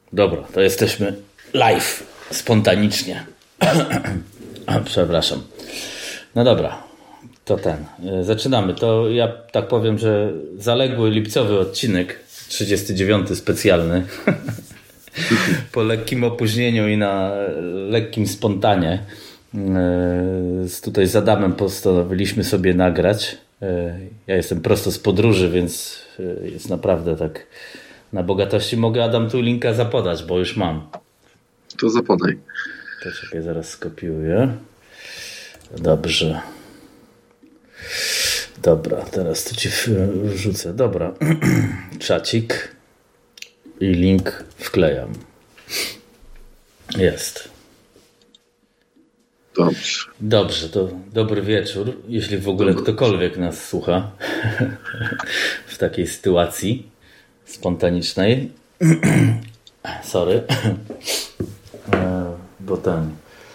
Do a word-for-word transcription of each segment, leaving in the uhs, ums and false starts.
Dobra, to jesteśmy live, spontanicznie. Przepraszam. No dobra, to ten. Zaczynamy. To ja tak powiem, że zaległy lipcowy odcinek, trzydziesty dziewiąty specjalny. Po lekkim opóźnieniu i na lekkim spontanie. Tutaj z Adamem postanowiliśmy sobie nagrać. Ja jestem prosto z podróży, więc jest naprawdę tak na bogatości. Mogę, Adam, tu linka zapodać, bo już mam. To zapodaj. To czekaj, zaraz skopiuję. Dobrze. Dobra, teraz to ci wrzucę. Dobra. Czacik. I link wklejam. Jest. Dobrze. Dobrze, to dobry wieczór. Jeśli w ogóle ktokolwiek nas słucha w takiej sytuacji spontanicznej. Sorry. Bo ten...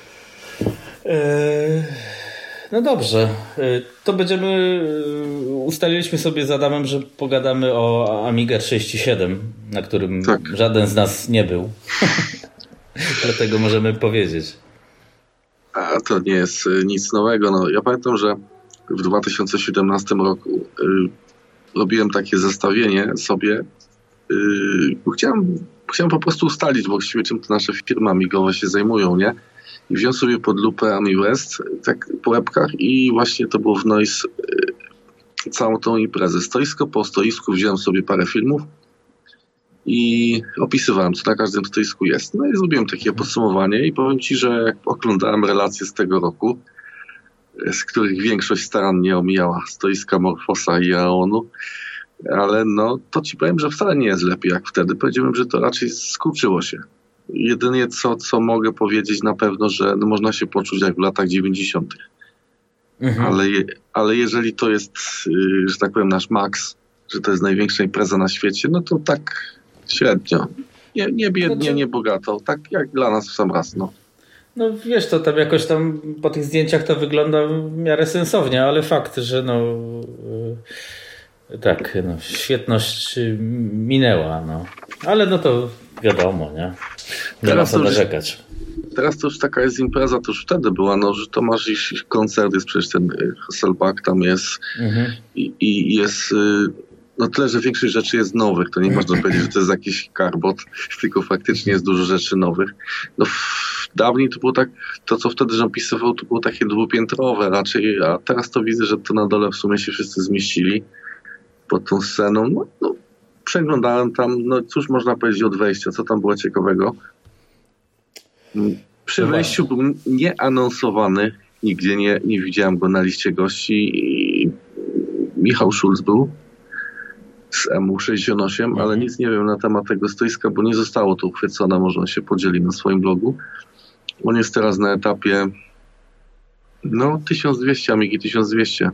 No dobrze. To będziemy... Ustaliliśmy sobie z Adamem, że pogadamy o Amiga trzydzieści siedem, na którym tak. Żaden z nas nie był. Dlatego możemy powiedzieć. A to nie jest nic nowego. No, ja pamiętam, że w dwa tysiące siedemnastym roku y, robiłem takie zestawienie sobie. Y, bo chciałem, chciałem po prostu ustalić właściwie, czym te nasze firmy amigowe się zajmują, nie? I wziąłem sobie pod lupę AmiWest tak po łebkach i właśnie to było w Noise y, całą tą imprezę. Stoisko po stoisku wziąłem sobie parę filmów i opisywałem, co na każdym stoisku jest. No i zrobiłem takie podsumowanie i powiem Ci, że jak oglądałem relacje z tego roku, z których większość starannie omijała stoiska Morfosa i Aonu, ale no to Ci powiem, że wcale nie jest lepiej jak wtedy. Powiedziałem, że to raczej skurczyło się. Jedynie co, co mogę powiedzieć na pewno, że no można się poczuć jak w latach dziewięćdziesiątych. Mhm. Ale, ale jeżeli to jest, że tak powiem, nasz maks, że to jest największa impreza na świecie, no to tak średnio. Nie, nie biednie, nie bogato. Tak jak dla nas w sam raz, no. No wiesz, to tam jakoś tam po tych zdjęciach to wygląda w miarę sensownie, ale fakt, że no yy, tak, no, świetność minęła, no. Ale no to wiadomo, nie? Nie teraz ma co narzekać. Teraz to już taka jest impreza, to już wtedy była, no, że to masz iść, koncert, jest przecież ten Hasselback tam jest mhm. i, i jest... Yy, No tyle, że większość rzeczy jest nowych. To nie można powiedzieć, że to jest jakiś karbot, tylko faktycznie jest dużo rzeczy nowych. No dawniej to było tak, to co wtedy że opisywał, to było takie dwupiętrowe raczej, a teraz to widzę, że to na dole w sumie się wszyscy zmieścili pod tą sceną. No, no przeglądałem tam, no cóż można powiedzieć od wejścia, co tam było ciekawego. Przy wejściu był nieanonsowany, nigdzie nie, nie widziałem go na liście gości i Michał Schulz był z M U sześćdziesiąt osiem, mhm. ale nic nie wiem na temat tego stoiska, bo nie zostało to uchwycone, może on się podzieli na swoim blogu. On jest teraz na etapie no tysiąc dwieście, Amigi tysiąc dwieście.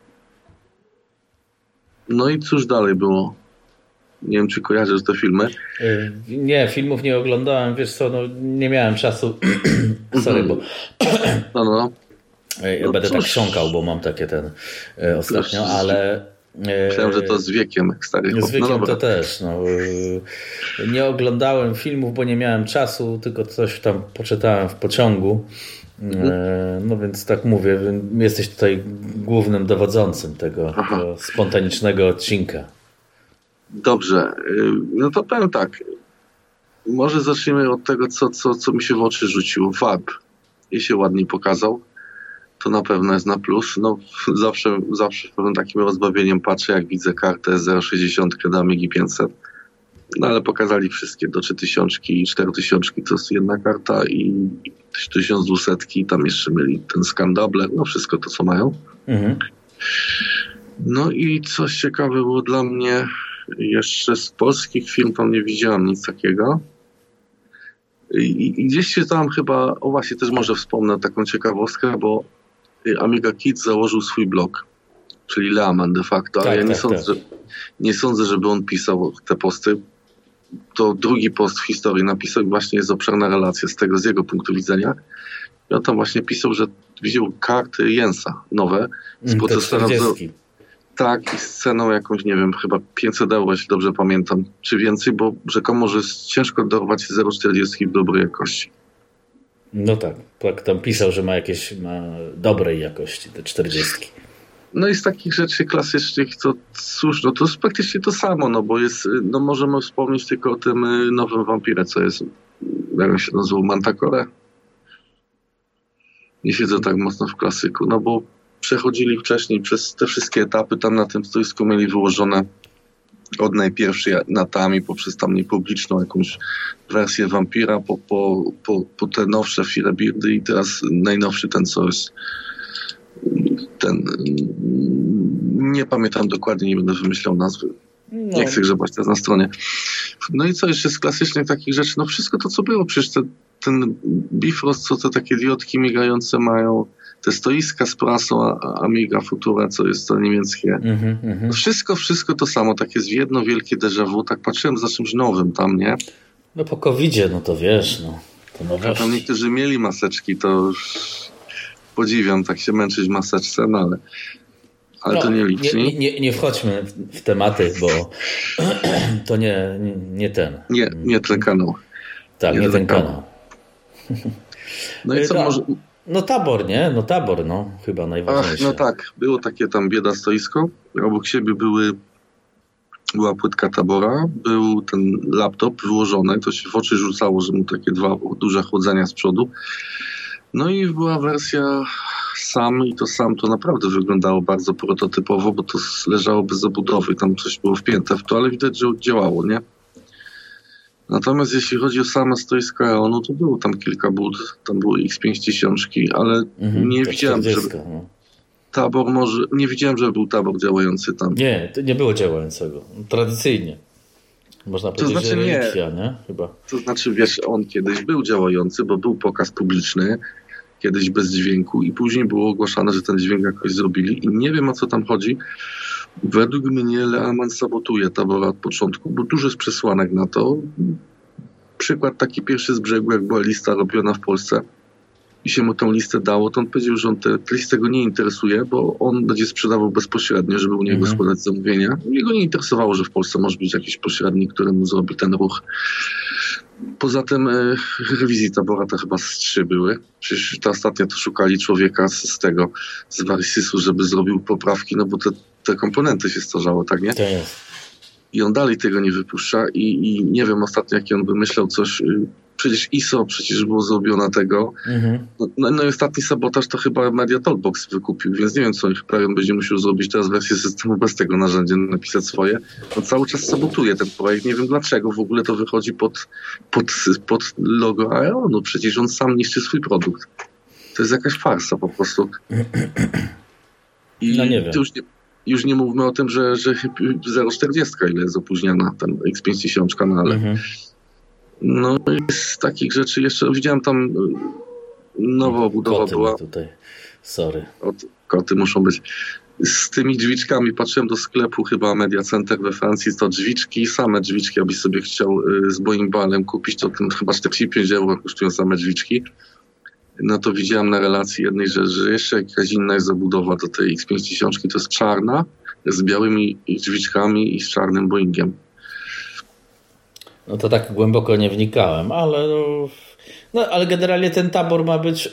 No i cóż dalej było? Nie wiem, czy kojarzysz te filmy? Nie, filmów nie oglądałem, wiesz co, no nie miałem czasu. Sorry, bo no, no. ja no będę cóż. tak chrząkał, bo mam takie ten ostatnio, cóż. ale myślałem, że to z wiekiem, jak stary chłop. Z wiekiem no to też. No. Nie oglądałem filmów, bo nie miałem czasu, tylko coś tam poczytałem w pociągu. Mhm. No więc tak mówię, jesteś tutaj głównym dowodzącym tego, tego spontanicznego odcinka. Dobrze. No to powiem tak. Może zaczniemy od tego, co, co, co mi się w oczy rzuciło. Warp. I się ładnie pokazał. To na pewno jest na plus. No, zawsze, zawsze pewnym takim rozbawieniem patrzę, jak widzę kartę zero przecinek sześćdziesiąt do Amigi pięćset. No ale pokazali wszystkie do trzy tysiące i cztery tysiące to jest jedna karta i tysiąc dwieście tam jeszcze mieli ten skandable, no wszystko to, co mają. Mhm. No i coś ciekawe było dla mnie, jeszcze z polskich film tam nie widziałem nic takiego. I, i gdzieś się tam chyba, o właśnie też może wspomnę taką ciekawostkę, bo Amiga Kids założył swój blog, czyli Leaman de facto, ale tak, ja nie, tak, sądzę, tak. nie sądzę, żeby on pisał te posty. To drugi post w historii napisał i właśnie jest obszerna relacja z tego, z jego punktu widzenia. I on tam właśnie pisał, że widział karty Jensa nowe z procesorem, Tak, i z ceną jakąś, nie wiem, chyba pięćset euro, jeśli dobrze pamiętam, czy więcej, bo rzekomo, że jest ciężko dorwać zero przecinek czterdzieści w dobrej jakości. No tak, tak tam pisał, że ma jakieś ma dobrej jakości te czterdziestki. No i z takich rzeczy klasycznych, to cóż, no to jest praktycznie to samo, no bo jest, no możemy wspomnieć tylko o tym nowym wampirze, co jest, jak on się nazywał, Mantacore. Nie siedzę tak mocno w klasyku, no bo przechodzili wcześniej przez te wszystkie etapy, tam na tym stoisku mieli wyłożone od najpierwszej natami, poprzez tam niepubliczną jakąś wersję wampira, po, po, po, po te nowsze firebeardy i teraz najnowszy ten, co jest ten, nie pamiętam dokładnie, nie będę wymyślał nazwy. No. Nie chcę grzebać teraz na stronie. No i co jeszcze z klasycznych takich rzeczy? No wszystko to, co było. Przecież te, ten Bifrost, co te takie diodki migające mają, te stoiska z prasą Amiga Futura, co jest to niemieckie. Mm-hmm, mm-hmm. Wszystko, wszystko to samo. Tak jest jedno wielkie déjà vu. Tak patrzyłem za czymś nowym tam, nie? No po kowidzie, no to wiesz, no. To tam niektórzy mieli maseczki, to już podziwiam, tak się męczyć w maseczce, no ale, ale no, to nie liczni. Nie, nie, nie wchodźmy w, w tematy, bo to nie, nie, nie ten. Nie, nie ten kanał. Tak, nie, nie ten kanał. kanał. No i co, no, może... No Tabor, nie? No Tabor, no chyba najważniejsze. Ach, no tak, było takie tam bieda stoisko. Obok siebie były, była płytka Tabora, był ten laptop wyłożony, to się w oczy rzucało, że mu takie dwa duże chłodzenia z przodu. No i była wersja SAM i to SAM to naprawdę wyglądało bardzo prototypowo, bo to leżało bez obudowy, tam coś było wpięte w to, ale widać, że działało, nie? Natomiast jeśli chodzi o same stoisko Eonu, to było tam kilka bud, tam były X pięć tysiąc, ale mhm, nie widziałem, że no. Tabor może, nie widziałem, że był Tabor działający tam. Nie, to nie było działającego, tradycyjnie. Można powiedzieć, to znaczy, że relikwia, nie? nie? Chyba. To znaczy, wiesz, on kiedyś był działający, bo był pokaz publiczny, kiedyś bez dźwięku i później było ogłaszane, że ten dźwięk jakoś zrobili i nie wiem, o co tam chodzi. Według mnie Leaman sabotuje Tabora od początku, bo dużo jest przesłanek na to. Przykład taki pierwszy z brzegu, jak była lista robiona w Polsce i się mu tą listę dało, to on powiedział, że on te, te listę go nie interesuje, bo on będzie sprzedawał bezpośrednio, żeby u niego mhm. składać zamówienia. Jego nie interesowało, że w Polsce może być jakiś pośrednik, który mu zrobi ten ruch. Poza tym e, rewizji Tabora to chyba z trzy były. Przecież ta ostatnia to szukali człowieka z, z tego, z Varisysu, żeby zrobił poprawki, no bo te, te komponenty się starzały, tak nie? To jest. I on dalej tego nie wypuszcza i, i nie wiem ostatnio, jaki on wymyślał coś. Przecież I S O przecież było zrobione tego. Mhm. No, no i ostatni sabotaż to chyba Media Talkbox wykupił, więc nie wiem, co Hyperion będzie musiał zrobić teraz wersję systemu bez tego narzędzia, napisać swoje. No cały czas sabotuje ten projekt. Nie wiem dlaczego w ogóle to wychodzi pod, pod, pod logo Aeonu. Przecież on sam niszczy swój produkt. To jest jakaś farsa po prostu. I no nie wiem. To już nie, już nie mówmy o tym, że, że zero przecinek czterdzieści, ile jest opóźniana, ten X pięć tysięcy kanale. Mhm. No i z takich rzeczy jeszcze widziałem tam nowa obudowa koty była. Tutaj. Sorry. Od, koty muszą być. Z tymi drzwiczkami patrzyłem do sklepu chyba Media Center we Francji, to drzwiczki, same drzwiczki, abyś sobie chciał z boimbalem kupić, to tym chyba czterdzieści pięć euro kosztują same drzwiczki. No to widziałem na relacji jednej, że, że jeszcze jakaś inna jest zabudowa do tej X pięć tysięcy, to jest czarna, z białymi drzwiczkami i z czarnym Boeingiem. No to tak głęboko nie wnikałem, ale no, no ale generalnie ten Tabor ma być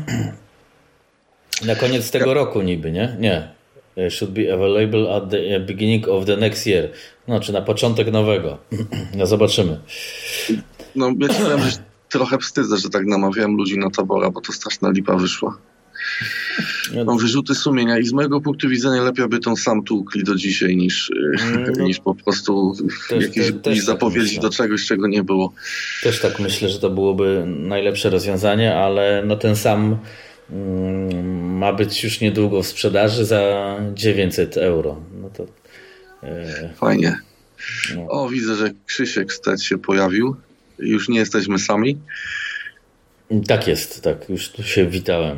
na koniec tego roku niby, nie? Nie. Should be available at the beginning of the next year. No, czy na początek nowego. No zobaczymy. No ja ci powiem, że trochę wstydzę, że tak namawiałem ludzi na Tabora, bo to straszna lipa wyszła. Mam wyrzuty sumienia i z mojego punktu widzenia lepiej by tą sam tłukli do dzisiaj niż, no, niż po prostu też, jakieś te, niż zapowiedzi tak do czegoś, czego nie było. Też tak myślę, że to byłoby najlepsze rozwiązanie, ale no ten sam mm, ma być już niedługo w sprzedaży za dziewięćset euro. No to, e... Fajnie. No. O, widzę, że Krzysiek Stec się pojawił. Już nie jesteśmy sami. Tak jest, tak. Już tu się witałem.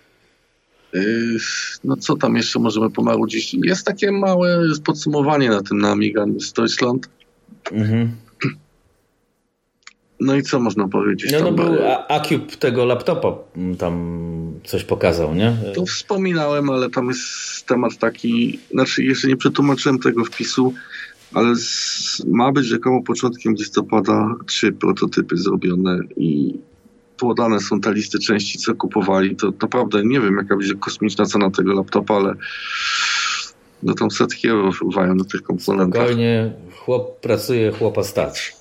No co tam jeszcze możemy pomarudzić? Jest takie małe podsumowanie na tym na Amiga z Deutschland. Mhm. No i co można powiedzieć? No, no tam był Acube tego laptopa tam coś pokazał, nie? To wspominałem, ale tam jest temat taki, znaczy jeszcze nie przetłumaczyłem tego wpisu, ale z, ma być rzekomo początkiem listopada trzy prototypy zrobione i podane są te listy części, co kupowali. To naprawdę nie wiem, jaka będzie kosmiczna cena tego laptopa, ale no tam setki euro wpływają na tych komponentach. Spokojnie, chłop pracuje, chłopa stać.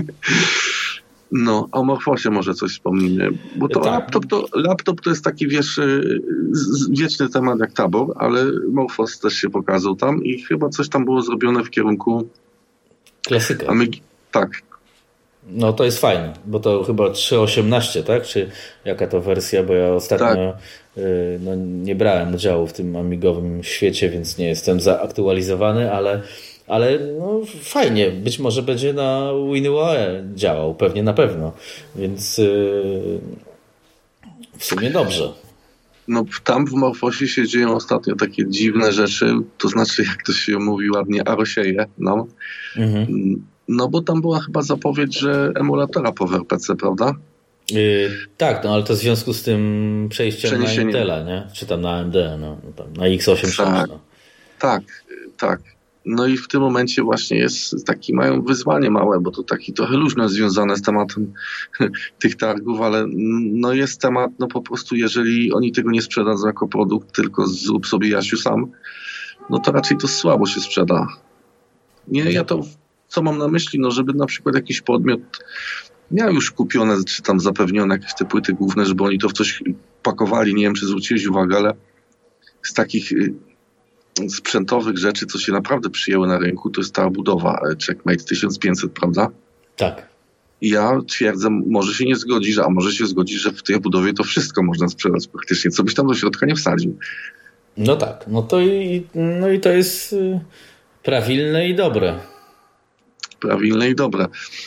No, o Morfosie może coś wspomnimy, bo to, tak. laptop, to laptop to jest taki, wiesz, wieczny temat jak tabor, ale Morfos też się pokazał tam i chyba coś tam było zrobione w kierunku klasyka. Amig- tak. No to jest fajne, bo to chyba trzy osiemnaście, tak? Czy jaka to wersja, bo ja ostatnio tak. y, no, nie brałem udziału w tym amigowym świecie, więc nie jestem zaaktualizowany, ale Ale no, fajnie, być może będzie na WinUAE działał, pewnie na pewno, więc yy, w sumie dobrze. No tam w Morfosie się dzieją ostatnio takie dziwne rzeczy, to znaczy jak to się mówi ładnie, arosieje, no. Mhm. No bo tam była chyba zapowiedź, że emulatora po W R P C, prawda? Yy, tak, no ale to w związku z tym przejściem na Intela, nie? Czy tam na A M D, no, tam na X osiemdziesiąt. Tak, no. tak, tak. No i w tym momencie właśnie jest taki, mają wyzwanie małe, bo to taki trochę luźno związane z tematem tych targów, ale no jest temat, no po prostu jeżeli oni tego nie sprzedadzą jako produkt, tylko zrób sobie Jasiu sam, no to raczej to słabo się sprzeda. Nie, ja to, co mam na myśli, no żeby na przykład jakiś podmiot miał już kupione, czy tam zapewnione jakieś te płyty główne, żeby oni to w coś pakowali, nie wiem, czy zwróciłeś uwagę, ale z takich sprzętowych rzeczy, co się naprawdę przyjęły na rynku, to jest ta budowa Checkmate tysiąc pięćset, prawda? Tak. I ja twierdzę, może się nie zgodzisz, a może się zgodzisz, że w tej budowie to wszystko można sprzedać praktycznie, co byś tam do środka nie wsadził. No tak, no to i, no i to jest prawilne i dobre. Prawilne i dobre.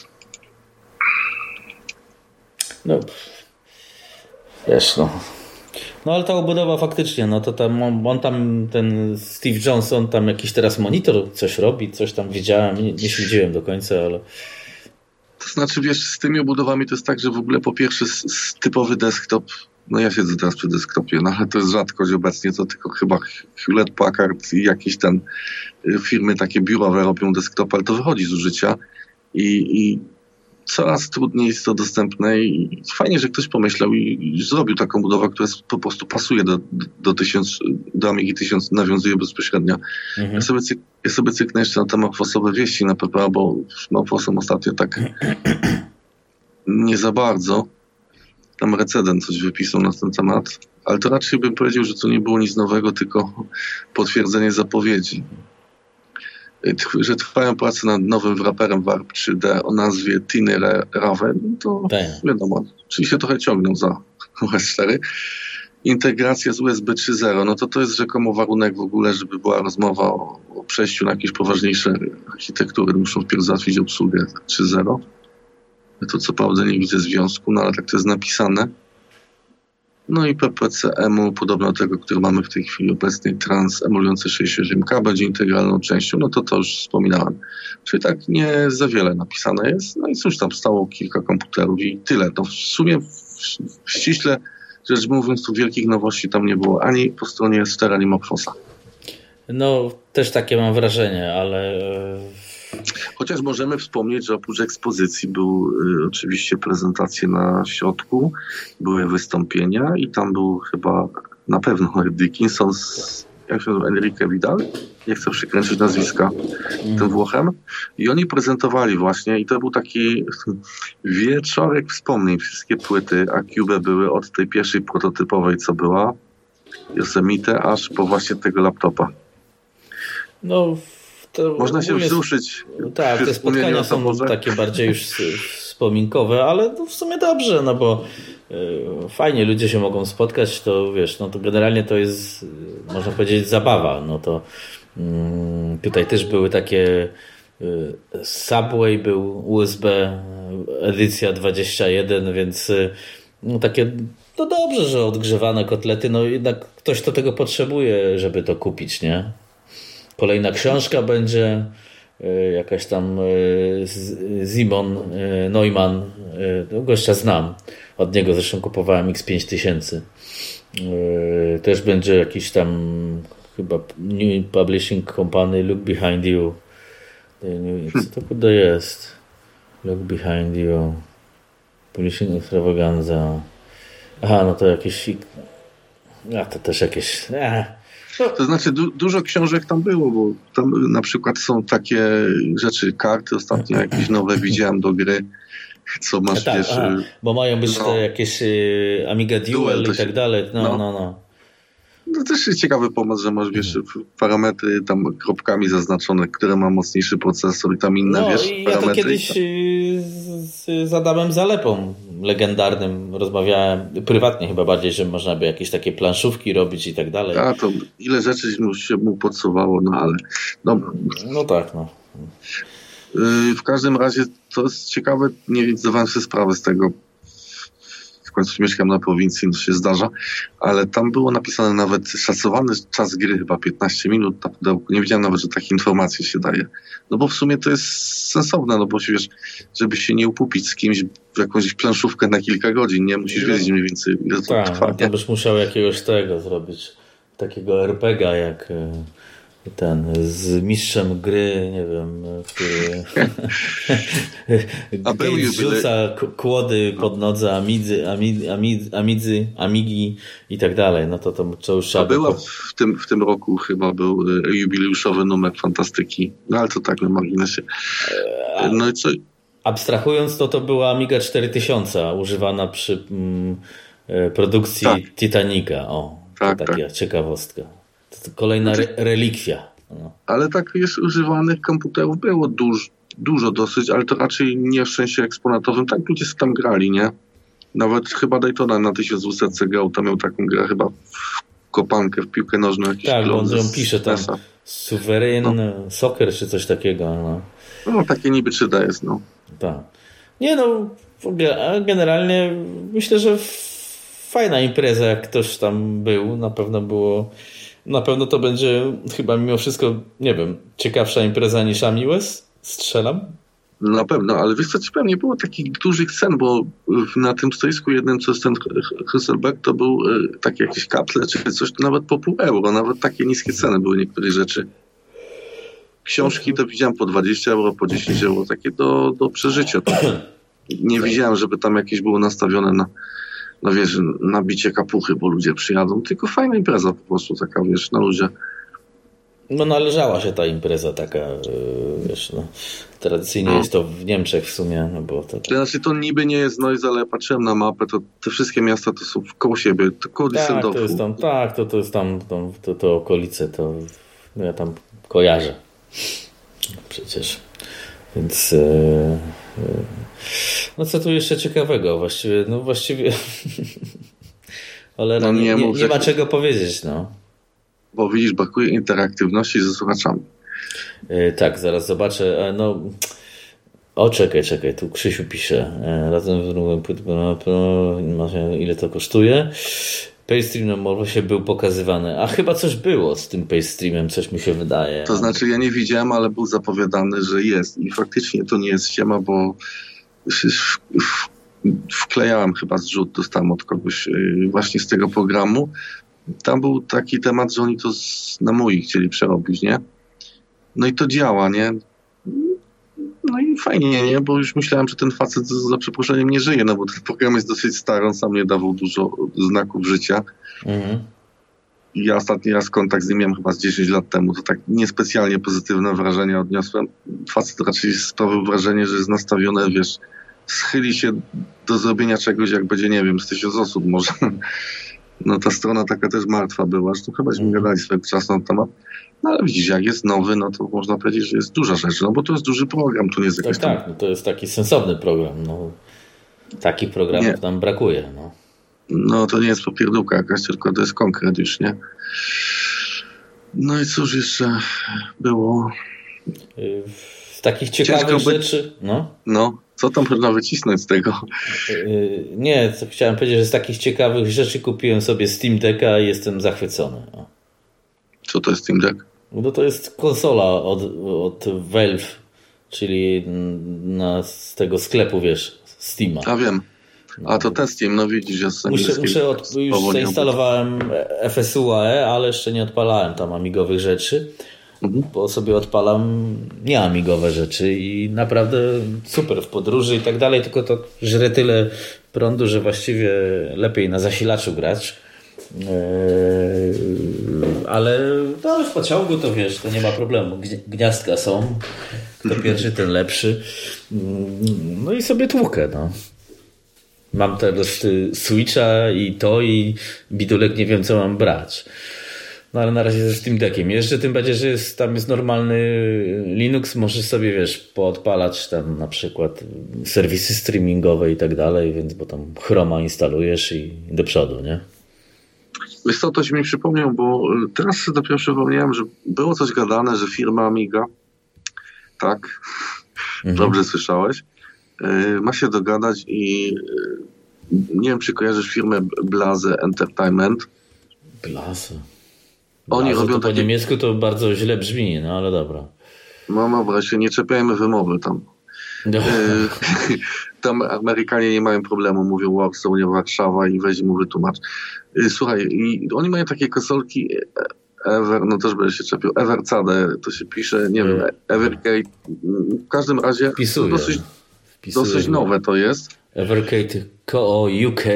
No, wiesz, no. No ale ta obudowa faktycznie, no to tam on, on tam, ten Steve Johnson tam jakiś teraz monitor coś robi, coś tam widziałem, nie, nie śledziłem do końca, ale... To znaczy, wiesz, z tymi obudowami to jest tak, że w ogóle po pierwsze z, z typowy desktop, no ja siedzę teraz przy desktopie, no ale to jest rzadkość obecnie, to tylko chyba Hewlett Packard i jakieś ten firmy takie biurowe robią desktop, ale to wychodzi z użycia i, i coraz trudniej jest to dostępne i fajnie, że ktoś pomyślał i, i zrobił taką budowę, która jest, po prostu pasuje do, do, do, tysiąc, do Amigi tysiąc, nawiązuje bezpośrednio. Mhm. Ja, sobie cyk, ja sobie cyknę jeszcze na te morfosowe wieści na P P A, bo z morfosem ostatnio tak nie za bardzo. Tam Receden coś wypisał na ten temat, ale to raczej bym powiedział, że to nie było nic nowego, tylko potwierdzenie zapowiedzi. Że trwają prace nad nowym wraperem Warp trzy D o nazwie Tiny Raven, to tak. Wiadomo, czyli się trochę ciągną za U S cztery. Integracja z U S B trzy zero, no to to jest rzekomo warunek w ogóle, żeby była rozmowa o, o przejściu na jakieś poważniejsze architektury. Muszą wpierw załatwić obsługę trzy zero. To co prawda nie widzę związku, no ale tak to jest napisane. No i P P C E M U, podobno tego, który mamy w tej chwili obecnej, trans emulujący sześćdziesiąt osiem K, będzie integralną częścią, no to to już wspominałem. Czyli tak nie za wiele napisane jest, no i cóż, tam stało kilka komputerów i tyle. No w sumie w, w ściśle rzecz mówiąc, tu wielkich nowości tam nie było, ani po stronie S cztery, ani Morfosa. No, też takie mam wrażenie, ale... Chociaż możemy wspomnieć, że oprócz ekspozycji był y, oczywiście prezentacje na środku, były wystąpienia i tam był chyba na pewno Dickinson z, jak się nazywa, Enrique Vidal, nie chcę przykręcić nazwiska mm. tym Włochem, i oni prezentowali właśnie i to był taki wieczorek wspomnień, wszystkie płyty Acube były od tej pierwszej prototypowej, co była, Yosemite, aż po właśnie tego laptopa. No to można się wzruszyć. Tak, te spotkania są takie bardziej już wspominkowe, ale to w sumie dobrze, no bo y, fajnie ludzie się mogą spotkać, to wiesz, no to generalnie to jest, y, można powiedzieć, zabawa. No to y, tutaj też były takie y, Subway, był U S B edycja dwadzieścia jeden, więc y, no takie, no dobrze, że odgrzewane kotlety, no jednak ktoś to tego potrzebuje, żeby to kupić, nie? Kolejna książka będzie, jakaś tam Simon Neumann, gościa znam, od niego zresztą kupowałem X pięć tysięcy. Yy, też będzie jakiś tam chyba New Publishing Company, Look Behind You. Co to kurde jest? Look Behind You. Publishing Extravaganza. Aha, no to jakieś... A to też jakieś... Ech. To znaczy du- dużo książek tam było, bo tam na przykład są takie rzeczy, karty ostatnio jakieś nowe widziałem do gry, co masz, tak, wiesz... aha, bo mają być no, te jakieś y, Amiga Duel, Duel i tak się, dalej. No, no, no. no. No też jest ciekawy pomoc, że masz, wiesz, parametry tam kropkami zaznaczone, które ma mocniejszy procesor i tam inne, no, wiesz, i parametry. Ja to kiedyś z, z Adamem Zalepą legendarnym rozmawiałem, prywatnie chyba bardziej, że można by jakieś takie planszówki robić i tak dalej. A to ile rzeczy się mu podsuwało, no ale dobra. No tak, no. W każdym razie to jest ciekawe, nie zdawałem sobie sprawy z tego. W końcu mieszkam na prowincji, to się zdarza, ale tam było napisane nawet szacowany czas gry, chyba piętnaście minut na pudełku. Nie wiedziałem nawet, że takie informacje się daje. No bo w sumie to jest sensowne, no bo wiesz, żeby się nie upupić z kimś w jakąś planszówkę na kilka godzin, nie? Musisz wiedzieć mniej więcej, ile to tak, trwa. To byś musiał jakiegoś tego zrobić, takiego er pe gie a jak ten z mistrzem gry, nie wiem, który A był rzuca kłody pod nodze Amidzy, Amidzy, Amidzy, Amidzy, Amigi i tak dalej. No to, to, to już A była w tym, w tym roku chyba był jubileuszowy numer Fantastyki, no ale to tak na marginesie. No i co? Abstrahując to, to była Amiga cztery tysiące używana przy mm, produkcji tak. Titanica. O, tak, to taka tak. ciekawostka. To kolejna re- relikwia. No. Ale tak już używanych komputerów było dużo, dużo dosyć, ale to raczej nie w sensie eksponatowym. Tak ludzie tam grali, nie? Nawet chyba Daytona na tysiąc dwieście C grał, tam miał taką grę chyba w kopankę, w piłkę nożną. Jakiś tak, bo on ją pisze tam Suveryn no. Soccer czy coś takiego. No, no takie niby trzy D jest, no. Tak. Nie no, generalnie myślę, że fajna impreza, jak ktoś tam był, na pewno było Na pewno to będzie chyba mimo wszystko, nie wiem, ciekawsza impreza niż Amiwes? Strzelam? Na pewno, ale wiesz co, ci pewnie nie było takich dużych cen, bo na tym stoisku jednym, co jest ten Hasselbeck, to był y, takie jakieś kaple czy coś, to nawet po pół euro, nawet takie niskie ceny były niektórych rzeczy. Książki to widziałem po dwadzieścia euro, po dziesięć euro, takie do, do przeżycia. To nie widziałem, żeby tam jakieś było nastawione na no wiesz, nabicie kapuchy, bo ludzie przyjadą, tylko fajna impreza po prostu taka, wiesz, na ludzie. No należała się ta impreza taka, wiesz, no, tradycyjnie no. Jest to w Niemczech w sumie, no bo to... To znaczy to niby nie jest noise, ale ja patrzyłem na mapę, to te wszystkie miasta to są koło siebie, to koło tak, Düsseldorfu. To jest tam, tak, to, to jest tam, tam to, to okolice, to no ja tam kojarzę przecież, więc... Yy... No co tu jeszcze ciekawego właściwie, no właściwie ale no nie, nie, nie, nie ma czego powiedzieć, no. Bo widzisz, brakuje interaktywności ze słuchaczami. Yy, tak, zaraz zobaczę, no o czekaj, czekaj, tu Krzysiu pisze, razem w drugim ile to kosztuje. Paystream na Morfosie był pokazywany, a chyba coś było z tym Paystreamem, coś mi się wydaje. To znaczy ja nie widziałem, ale był zapowiadany, że jest i faktycznie to nie jest ściema, bo wklejałem chyba zrzut, dostałem od kogoś właśnie z tego programu. Tam był taki temat, że oni to na mój chcieli przerobić, nie? No i to działa, nie? No i fajnie, nie? Bo już myślałem, że ten facet za przeproszeniem nie żyje, no bo ten program jest dosyć stary, on sam nie dawał dużo znaków życia. Mhm. I ja ostatni raz kontakt z nim miałem chyba z dziesięć lat temu, to tak niespecjalnie pozytywne wrażenie odniosłem. Facet raczej sprawił wrażenie, że jest nastawione, wiesz, schyli się do zrobienia czegoś, jak będzie, nie wiem, z tysiąc osób może. No ta strona taka też martwa była, zresztą chybaśmy mhm. gadali swego czasu na temat. No ale widzisz, jak jest nowy, no to można powiedzieć, że jest duża rzecz, no bo to jest duży program, to nie jest jakiś tak, tam... tak, no to jest taki sensowny program, no. Takich programów nam brakuje, no. No to nie jest popierdółka jakaś, tylko to jest konkret już, nie? No i cóż jeszcze było? Z takich ciekawych rzeczy, no. No, co tam można wycisnąć z tego? Nie, co chciałem powiedzieć, że z takich ciekawych rzeczy kupiłem sobie Steam Decka i jestem zachwycony. O. Co to jest Steam Deck? No to jest konsola od, od Valve, czyli na, z tego sklepu, wiesz, Steama. A wiem. A to testem, no widzisz, że z muszę, muszę od, już zainstalowałem F S U A E, ale jeszcze nie odpalałem tam amigowych rzeczy, mhm. bo sobie odpalam nieamigowe rzeczy i naprawdę super w podróży i tak dalej, tylko to żre tyle prądu, że właściwie lepiej na zasilaczu grać. Eee, ale no, w pociągu to wiesz, to nie ma problemu. Gniazdka są. Kto pierwszy, ten lepszy. No i sobie tłukę. No. Mam teraz Switcha i to i bidulek nie wiem co mam brać. No ale na razie ze Steam Deckiem. Jeszcze tym bardziej, że jest, tam jest normalny Linux, możesz sobie wiesz poodpalać tam na przykład serwisy streamingowe i tak dalej, więc bo tam Chroma instalujesz i do przodu, nie? Wiesz co, to się mi przypomniał, bo teraz dopiero przypomniałem, że było coś gadane, że firma Amiga, tak, mhm. dobrze słyszałeś, ma się dogadać i nie wiem, czy kojarzysz firmę Blaze Entertainment. Blaze. Oni Blaze robią to takie... po niemiecku to bardzo źle brzmi, no ale dobra. No dobra, się nie czepiajmy wymowy tam. No. Tam Amerykanie nie mają problemu, mówią Warsaw, nie Warszawa i weź mu wytłumacz. Słuchaj, i oni mają takie konsolki Ever, no też będę się czepił, Evercade, to się pisze, nie wiem, Evercade, w każdym razie Wpisuję. To dosyć, Wpisuję. dosyć nowe to jest. Evercade Co U K.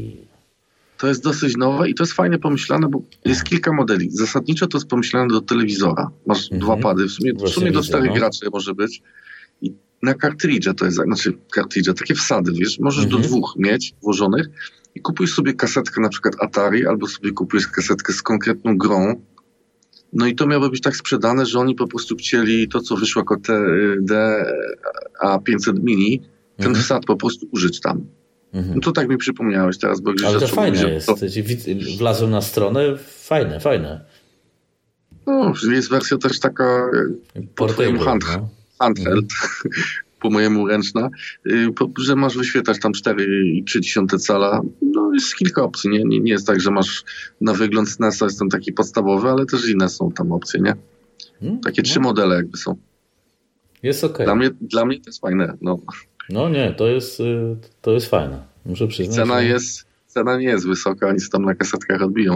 To jest dosyć nowe i to jest fajnie pomyślane, bo jest kilka modeli. Zasadniczo to jest pomyślane do telewizora. Masz mhm. dwa pady, w sumie, w sumie do czterech no. graczy może być. I na kartridże to jest, znaczy kartridże, takie wsady, wiesz, możesz mhm. do dwóch mieć włożonych i kupujesz sobie kasetkę na przykład Atari albo sobie kupujesz kasetkę z konkretną grą. No i to miało być tak sprzedane, że oni po prostu chcieli to, co wyszło jako T D A pięćset mini, ten mhm. wsad po prostu użyć tam. Mhm. No to tak mi przypomniałeś teraz, bo gdzieś ale to fajne mówić, jest. To... Wlazłem na stronę, fajne, fajne. No, jest wersja też taka po twojemu hand, no. handheld, mhm. po mojemu ręczna, że masz wyświetlać tam cztery i trzy dziesiąte cala. No jest kilka opcji, nie? Nie, nie jest tak, że masz na wygląd S N E S-a jest tam taki podstawowy, ale też inne są tam opcje, nie? Hmm? Takie no. trzy modele jakby są. Jest okej. Okay. Dla mnie, dla mnie to jest fajne, no. No nie, to jest, to jest fajne. Muszę przyznać. Cena, że... jest, cena nie jest wysoka, oni tam na kasetkach odbiją.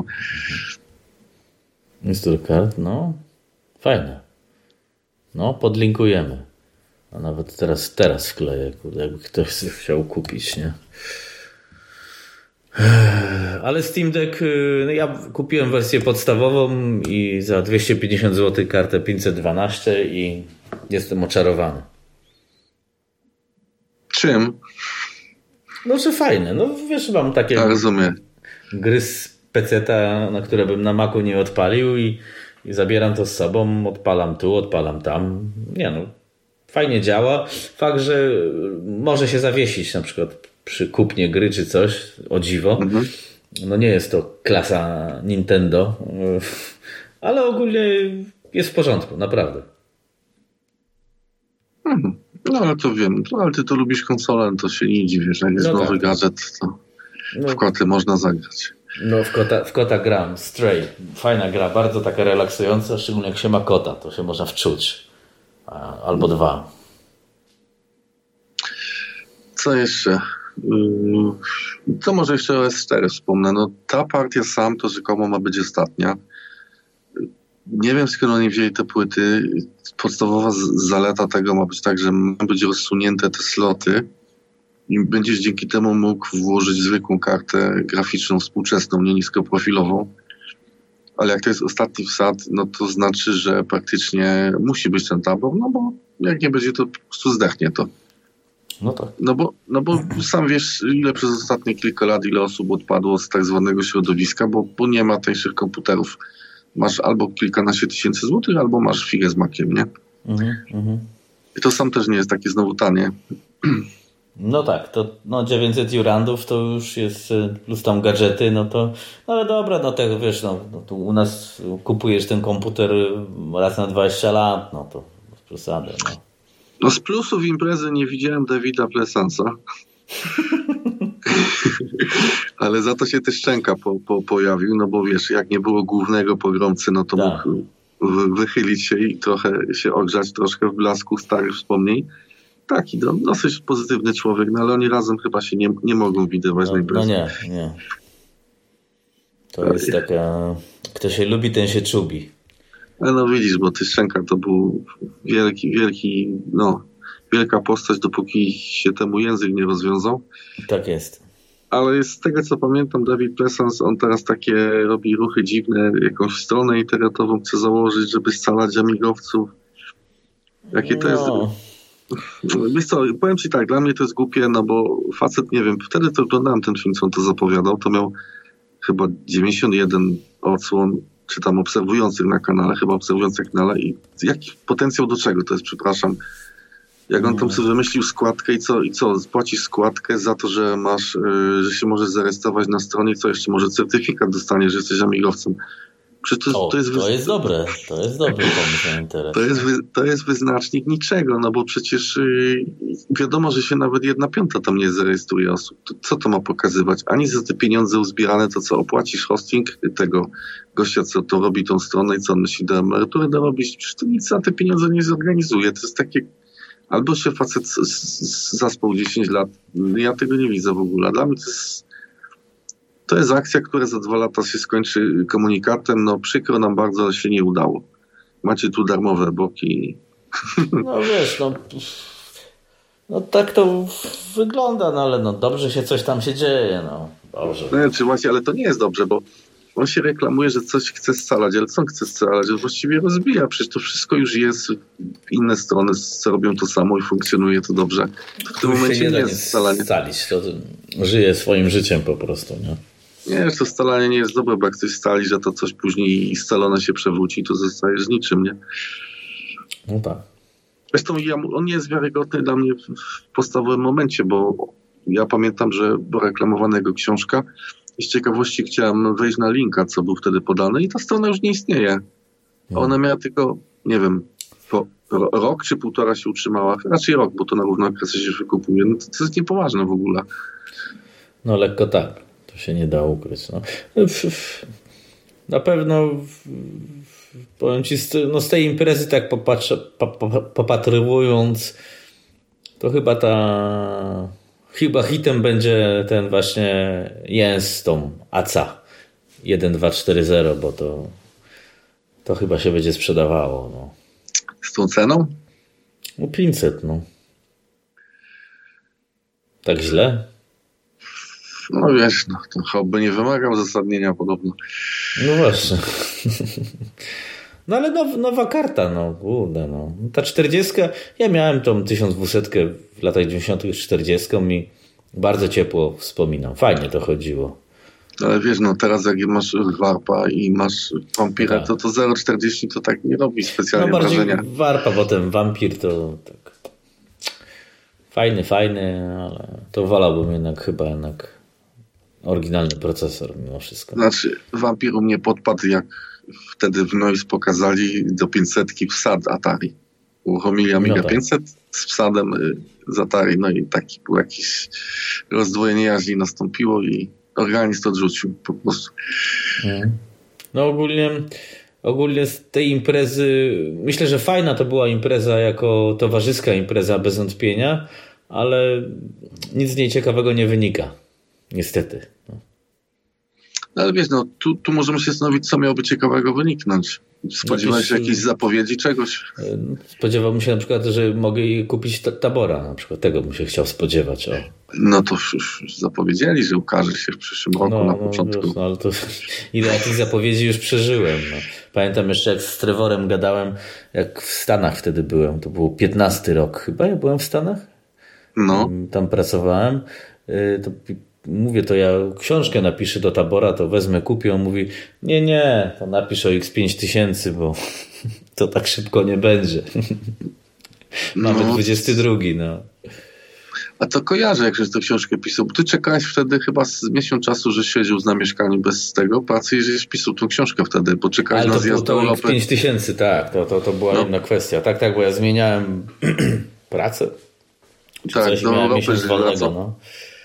Installcard, no fajne. No, podlinkujemy. A nawet teraz, teraz wkleję, kurde, jakby ktoś chciał kupić, nie? Ale Steam Deck, no ja kupiłem wersję podstawową i za dwieście pięćdziesiąt złotych kartę pięćset dwanaście i jestem oczarowany. Czym? No, że fajne. No wiesz, mam takie ja rozumiem. Gry z peceta, na które bym na Macu nie odpalił i, i zabieram to z sobą, odpalam tu, odpalam tam. Nie no, fajnie działa. Fakt, że może się zawiesić na przykład przy kupnie gry czy coś, o dziwo. Mhm. No nie jest to klasa Nintendo, ale ogólnie jest w porządku, naprawdę. Mhm. No ale to wiem, no, ale ty to lubisz konsolę, to się nie dziwisz, jak jest no nowy tak. gadżet, to no. w koty można zagrać. No w kota, w kota gram, Stray, fajna gra, bardzo taka relaksująca, szczególnie jak się ma kota, to się można wczuć, albo dwa. Co jeszcze? Co może jeszcze o S cztery wspomnę, no ta partia sam to rzekomo ma być ostatnia. Nie wiem, skąd oni wzięli te płyty. Podstawowa zaleta tego ma być tak, że ma być rozsunięte te sloty i będziesz dzięki temu mógł włożyć zwykłą kartę graficzną, współczesną, nie niskoprofilową. Ale jak to jest ostatni wsad, no to znaczy, że praktycznie musi być ten tabor, no bo jak nie będzie, to po prostu zdechnie to. No tak. No bo, no bo sam wiesz, ile przez ostatnie kilka lat, ile osób odpadło z tak zwanego środowiska, bo, bo nie ma tańszych komputerów. Masz albo kilkanaście tysięcy złotych, albo masz figę z makiem, nie? Mhm, mhm. I to sam też nie jest takie znowu tanie. No tak, to no dziewięćset jurandów to już jest, plus tam gadżety, no to, no ale dobra, no tego wiesz, no, no tu u nas kupujesz ten komputer raz na dwadzieścia lat, no to bez przesady, no. No z plusów imprezy nie widziałem Davida Plesansa. Ale za to się też Szczęka po, po, pojawił, no bo wiesz, jak nie było głównego pogromcy, no to tak. mógł wychylić się i trochę się ogrzać troszkę w blasku starych wspomnień. taki no, dosyć pozytywny człowiek, no ale oni razem chyba się nie, nie mogą widywać No, najbardziej. no nie, nie. To jest taka... Kto się lubi, ten się czubi. Ale no widzisz, bo Tyszczenka to był wielki, wielki, no, wielka postać, dopóki się temu język nie rozwiązał. Tak jest. Ale z tego co pamiętam, Dawid Plessans, on teraz takie robi ruchy dziwne, jakąś stronę internetową chce założyć, żeby scalać amigowców. Jakie to No. jest... Wiesz co, powiem ci tak, dla mnie to jest głupie, no bo facet, nie wiem, wtedy to oglądałem ten film, co on to zapowiadał, to miał chyba dziewięćdziesiąt jeden odsłon, czy tam obserwujących na kanale, chyba obserwujących na kanale i jaki potencjał do czego to jest, przepraszam. Jak on tam sobie wymyślił składkę i co, i co, spłacisz składkę za to, że masz, yy, że się możesz zarejestrować na stronie i co jeszcze, może certyfikat dostaniesz, że jesteś amigowcem. Przecież to, O, to, jest, to jest dobre, to jest dobry pomysł na interes. to, jest, wy, to jest wyznacznik niczego, no bo przecież yy, wiadomo, że się nawet jedna piąta tam nie zarejestruje osób. To, co to ma pokazywać? Ani za te pieniądze uzbierane, to co opłacisz hosting tego gościa, co to robi tą stronę i co on musi do emerytury dorobić, przecież to nic za te pieniądze nie zorganizuje. To jest takie... Albo się facet zaspał dziesięć lat. Ja tego nie widzę w ogóle. Dla mnie to jest, to jest akcja, która za dwa lata się skończy komunikatem. No przykro nam bardzo, ale się nie udało. Macie tu darmowe boki. No wiesz, no, no tak to wygląda, no ale no dobrze się coś tam się dzieje, no. Dobrze. No, czy właśnie, ale to nie jest dobrze, bo on się reklamuje, że coś chce scalać, ale co on chce scalać? Że właściwie rozbija. Przecież to wszystko już jest. Inne strony robią to samo i funkcjonuje to dobrze. W tym momencie nie, nie jest scalanie. Scalić, to żyje swoim życiem po prostu, nie? Nie, to scalanie nie jest dobre, bo jak coś scali, że to coś później scalone się przewróci, to zostajesz z niczym, nie? No tak. Zresztą ja, on nie jest wiarygodny dla mnie w podstawowym momencie, bo ja pamiętam, że była reklamowana jego książka. Z ciekawości chciałem wejść na linka, co był wtedy podany i ta strona już nie istnieje. Ona miała tylko, nie wiem, po rok czy półtora się utrzymała. Raczej rok, bo to na równo okresy się wykupuje. No to, to jest niepoważne w ogóle. No lekko tak. To się nie da ukryć. No. Na pewno powiem ci, no z tej imprezy tak popatrzę, popatrywując, to chyba ta... Chyba hitem będzie ten właśnie Jens z tą A C A jeden dwa cztery zero, bo to, to chyba się będzie sprzedawało. No. Z tą ceną? No pięćset, no. Tak źle? No wiesz, no, to hobby nie wymaga uzasadnienia podobno. No właśnie. No ale now, nowa karta, no kurde, no. Ta czterdziestka, ja miałem tą tysiąc dwieście w latach dziewięćdziesiątych czterdziestką i bardzo ciepło wspominam. Fajnie to chodziło. Ale wiesz, no teraz jak masz warpa i masz wampira, tak. to to zero czterdzieści to tak nie robi specjalnie no bardziej wrażenia. Warpa, potem wampir to tak fajny, fajny, ale to wolałbym jednak chyba jednak oryginalny procesor mimo wszystko. Znaczy, wampir u mnie podpadł, jak wtedy w Noise pokazali do pięćsetki wsad Atari. Uruchomili Amiga no tak. pięćset z wsadem z Atari, no i taki był jakiś rozdwojenie jaźni nastąpiło i organizm to odrzucił po prostu. No ogólnie ogólnie z tej imprezy myślę, że fajna to była impreza jako towarzyska impreza bez wątpienia, ale nic z niej ciekawego nie wynika. Niestety. No. No ale wiesz, no tu, tu możemy się zastanowić, co miałoby ciekawego wyniknąć. Spodziewałeś się jakiejś zapowiedzi czegoś? Spodziewałbym się na przykład, że mogę kupić tabora. Na przykład tego bym się chciał spodziewać. O. No to już zapowiedzieli, że ukaże się w przyszłym roku no, na początku. No, no ale to ile ja tych zapowiedzi już przeżyłem. No. Pamiętam jeszcze jak z Trevorem gadałem, jak w Stanach wtedy byłem. To był piętnasty rok chyba. Ja byłem w Stanach. No. Tam pracowałem. To mówię, to ja książkę napiszę do tabora, to wezmę, kupię. On mówi, nie, nie, to napisz o X pięć tysięcy, bo to tak szybko nie będzie. Mamy no. dwudziesty drugi, no. A to kojarzę, jak żeś tę książkę pisał. Ty czekałeś wtedy chyba z miesiąc czasu, że siedział na mieszkaniu bez tego pracy i żeś pisał tą książkę wtedy, bo czekałeś Ale na to, zjazd do Europy. To pięć tysięcy, tak, to, to, to była no. inna kwestia. Tak, tak, bo ja zmieniałem pracę. Czy tak, coś, do miałem Europy miesiąc wolnego, no.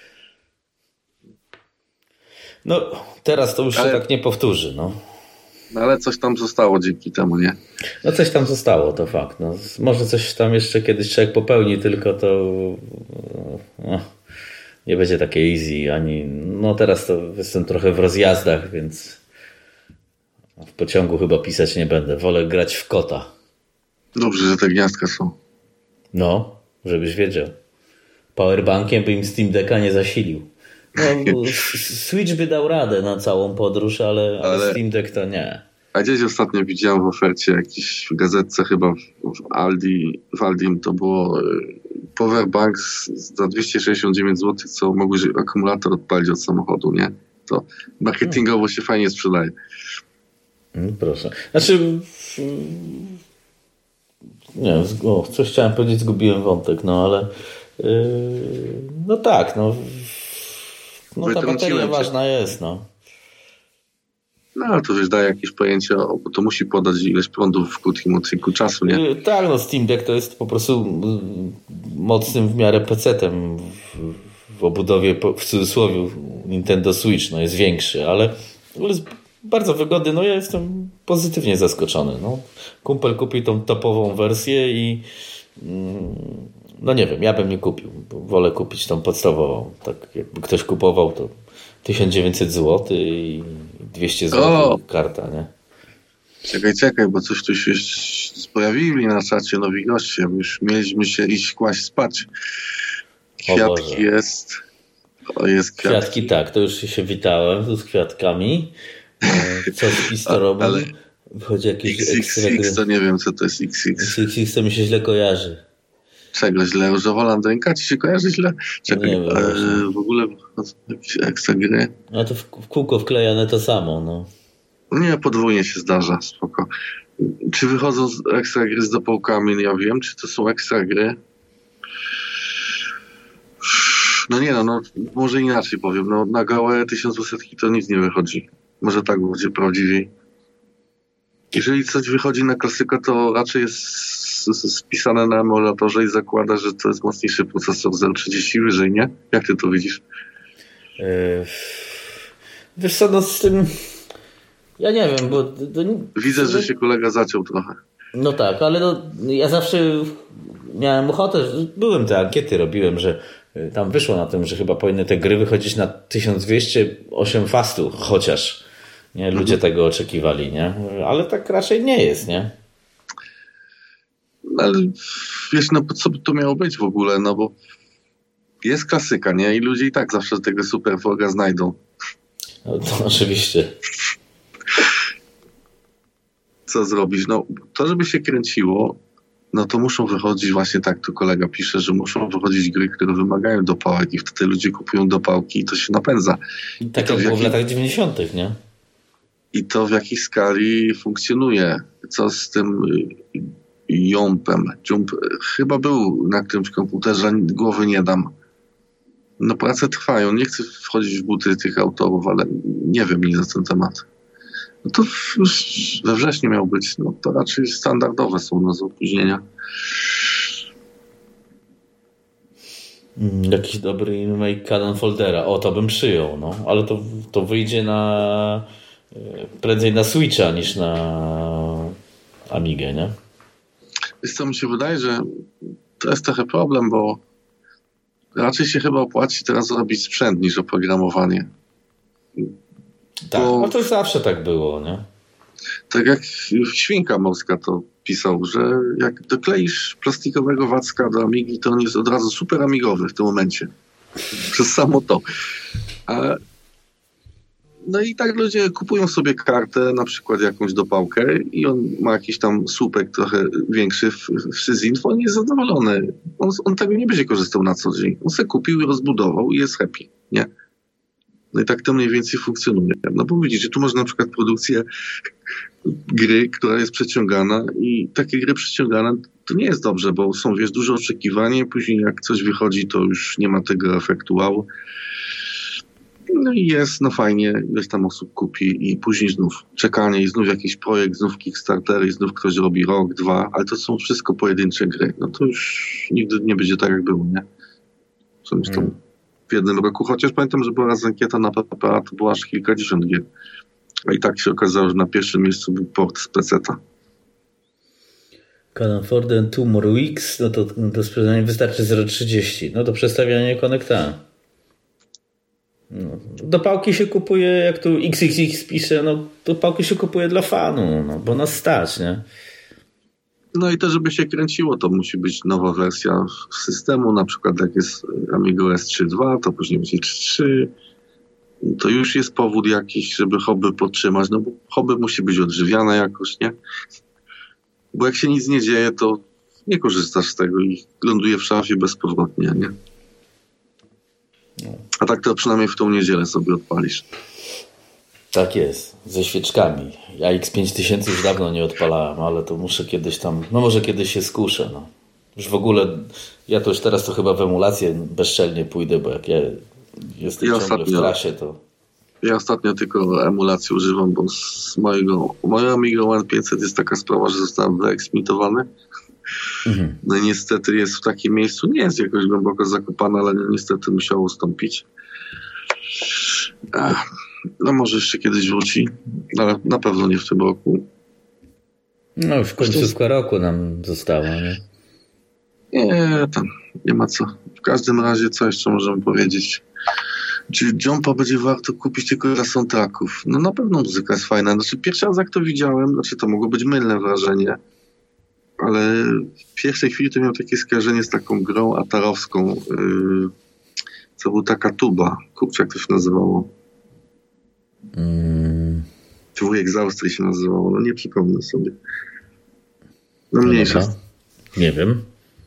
No, teraz to już Ale... się tak nie powtórzy, no. No ale coś tam zostało dzięki temu, nie? No coś tam zostało, to fakt. No, może coś tam jeszcze kiedyś człowiek popełni, tylko to no, nie będzie takie easy, ani no teraz to jestem trochę w rozjazdach, więc w pociągu chyba pisać nie będę. Wolę grać w kota. Dobrze, że te gniazdka są. No, żebyś wiedział. Powerbankiem by im Steam Decka nie zasilił. No, Switch by dał radę na całą podróż, ale, ale, ale Steam Deck to nie. A gdzieś ostatnio widziałem w ofercie jakiejś w gazetce chyba w, w Aldi, w Aldim to było powerbank za dwieście sześćdziesiąt dziewięć złotych, co mogłeś akumulator odpalić od samochodu, nie? To marketingowo się fajnie sprzedaje. No, proszę. Znaczy nie wiem, o, coś chciałem powiedzieć, zgubiłem wątek, no ale yy, no tak, no, no ta bateria ważna jest, no. No ale to wiesz, daje jakieś pojęcie, bo to musi podać ileś prądów w krótkim odcinku czasu, nie? Yy, tak, no Steam Deck to jest po prostu mocnym w miarę pecetem w, w obudowie, w cudzysłowie Nintendo Switch, no jest większy, ale jest bardzo wygodny, no ja jestem pozytywnie zaskoczony. No. Kumpel kupił tą topową wersję i no nie wiem, ja bym nie kupił, bo wolę kupić tą podstawową. Tak jakby ktoś kupował, to tysiąc dziewięćset złotych i dwieście złotych karta, nie? Czekaj, czekaj, bo coś tu się pojawili na czacie nowi goście, już mieliśmy się iść kłaść spać. Kwiatki jest. O, jest kwiatki. Kwiatki, tak, to już się witałem tu z kwiatkami. Co z PiS robi? Ale wychodzi jakiś X X X to nie wiem, co to jest X X. X X to mi się źle kojarzy. Czego źle? Różowa landrynka ci się kojarzy źle? Czekaj, nie wiem, e, w ogóle jakieś ekstra gry. A to w, w kółko wklejane to samo, no. Nie, podwójnie się zdarza, spoko. Czy wychodzą z ekstra gry z dopałkami? Ja wiem, czy to są ekstra gry? No nie no, no może inaczej powiem. No, na gałę tysiąc dwusetki to nic nie wychodzi. Może tak będzie prawdziwiej. Jeżeli coś wychodzi na klasyka, to raczej jest spisane na emulatorze i zakłada, że to jest mocniejszy procesor zero trzydzieści wyżej, nie? Jak ty to widzisz? Yy, wiesz co, no z tym... Ja nie wiem, bo... To... Widzę, że się kolega zaciął trochę. No tak, ale no, ja zawsze miałem ochotę, byłem te ankiety, robiłem, że tam wyszło na tym, że chyba powinny te gry wychodzić na tysiąc dwieście osiem fastu, chociaż nie ludzie mhm. tego oczekiwali, nie? Ale tak raczej nie jest, nie? Ale wiesz, no po co by to miało być w ogóle, no bo jest klasyka, nie? I ludzie i tak zawsze tego super vloga znajdą. No to oczywiście. Co zrobić? No to, żeby się kręciło, no to muszą wychodzić właśnie tak, tu kolega pisze, że muszą wychodzić gry, które wymagają dopałek i wtedy ludzie kupują dopałki i to się napędza. I tak jak było w latach dziewięćdziesiątych, nie? I to w jakiej skali funkcjonuje. Co z tym jumpem? Jump chyba był na którymś komputerze, głowy nie dam. No prace trwają, nie chcę wchodzić w buty tych autorów, ale nie wiem nic na ten temat. No to już we wrześniu miał być, no to raczej standardowe są no, z opóźnienia. Mm, jakiś dobry remake Cannon Foldera. O, to bym przyjął, no. Ale to, to wyjdzie na prędzej na Switcha niż na Amigę, nie? Wiesz co, mi się wydaje, że to jest trochę problem, bo raczej się chyba opłaci teraz robić sprzęt niż oprogramowanie. Tak, bo, no to zawsze tak było, nie? Tak jak Świnka Morska to pisał, że jak dokleisz plastikowego wacka do Amigi, to on jest od razu super amigowy w tym momencie. Przez samo to. A no i tak ludzie kupują sobie kartę, na przykład jakąś dopałkę i on ma jakiś tam słupek trochę większy w, w Syzinfo, on jest zadowolony. On, on tego nie będzie korzystał na co dzień. On sobie kupił i rozbudował i jest happy, nie? No i tak to mniej więcej funkcjonuje. No bo widzicie, tu można na przykład produkcję gry, która jest przeciągana i takie gry przeciągane to nie jest dobrze, bo są, wiesz, duże oczekiwanie, później jak coś wychodzi, to już nie ma tego efektu wow. No i jest, no fajnie, ileś tam osób kupi i później znów czekanie i znów jakiś projekt, znów Kickstarter i znów ktoś robi rok, dwa, ale to są wszystko pojedyncze gry. No to już nigdy nie będzie tak, jak było, nie? Co już tam w jednym roku, chociaż pamiętam, że była raz ankieta na P P A, to było aż kilkadziesiąt gier. A i tak się okazało, że na pierwszym miejscu był port z peceta. Canon for the two more weeks, no to do sprzedania wystarczy zero przecinek trzydzieści. No to przestawianie konekta. No, do pałki się kupuje, jak tu X X X pisze, no do pałki się kupuje dla fanu, no, bo nas stać, nie? No i to, żeby się kręciło, to musi być nowa wersja systemu, na przykład jak jest Amigo S trzy dwa, to później będzie trzy. To już jest powód jakiś, żeby hobby podtrzymać, no bo hobby musi być odżywiane jakoś, nie? Bo jak się nic nie dzieje, to nie korzystasz z tego i ląduje w szafie bezpowrotnie, nie? A tak to przynajmniej w tą niedzielę sobie odpalisz. Tak jest, ze świeczkami. Ja X pięć tysięcy już dawno nie odpalałem, ale to muszę kiedyś tam, no może kiedyś się skuszę, no. Już w ogóle, ja to już teraz to chyba w emulację bezczelnie pójdę, bo jak ja jestem ja ciągle ostatnio, w trasie, to... Ja ostatnio tylko emulację używam, bo z mojego, mojego Amiga One pięćset jest taka sprawa, że zostałem wyeksmitowany. Mhm. No i niestety jest w takim miejscu, nie jest jakoś głęboko zakopane, ale niestety musiało ustąpić. Ach, no może jeszcze kiedyś wróci, ale na pewno nie w tym roku. No już końcówka roku nam została, nie? Nie, tam nie ma co. W każdym razie co jeszcze możemy powiedzieć? Czy Jumpa będzie warto kupić tylko dla soundtracków? No na pewno muzyka jest fajna. Znaczy pierwszy raz jak to widziałem, znaczy to mogło być mylne wrażenie, ale w pierwszej chwili to miałem takie skojarzenie z taką grą atarowską, yy, co była taka tuba. Kurczę, jak to się nazywało? Mm. Wujek z Austrii się nazywało. No nie przypomnę sobie. No mniejsza. No, nie wiem.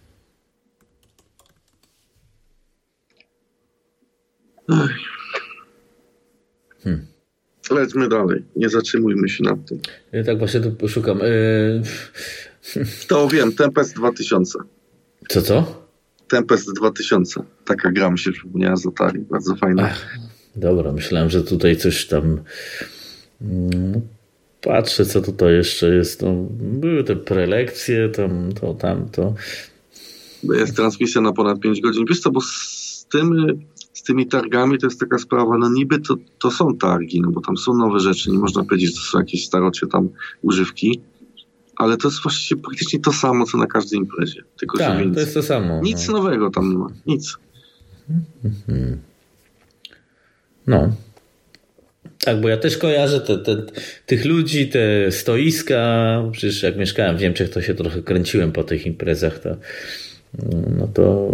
Hmm. Lećmy dalej. Nie zatrzymujmy się nad tym. Ja tak właśnie tu poszukam. Yy... To wiem. Tempest dwa tysiące. Co, co? Tempest dwa tysiące. Taka gra mi się przypomniała z Atari. Bardzo fajna. Ach, dobra, myślałem, że tutaj coś tam... Hmm. Patrzę, co tutaj jeszcze jest. No, były te prelekcje, tam, to, tamto. Jest transmisja na ponad pięć godzin. Wiesz co, bo z tym... Z tymi targami to jest taka sprawa, no niby to, to są targi, no bo tam są nowe rzeczy, nie można powiedzieć, że to są jakieś starocie tam używki, ale to jest właściwie praktycznie to samo, co na każdej imprezie. Tylko, tak, że więcej. To jest to samo. Nic no. nowego tam nie ma, nic. No. Tak, bo ja też kojarzę te, te, tych ludzi, te stoiska, przecież jak mieszkałem w Niemczech, to się trochę kręciłem po tych imprezach, to no to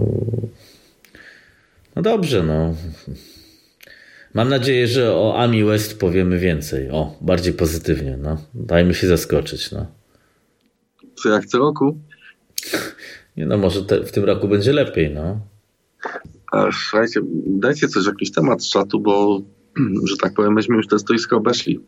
no dobrze, no. Mam nadzieję, że o Ami West powiemy więcej. O, bardziej pozytywnie, no. Dajmy się zaskoczyć, no. Co jak co roku? Nie no, może te, w tym roku będzie lepiej, no. A, słuchajcie, dajcie coś, jakiś temat z czatu, bo że tak powiem, myśmy już te stoiska obeszli.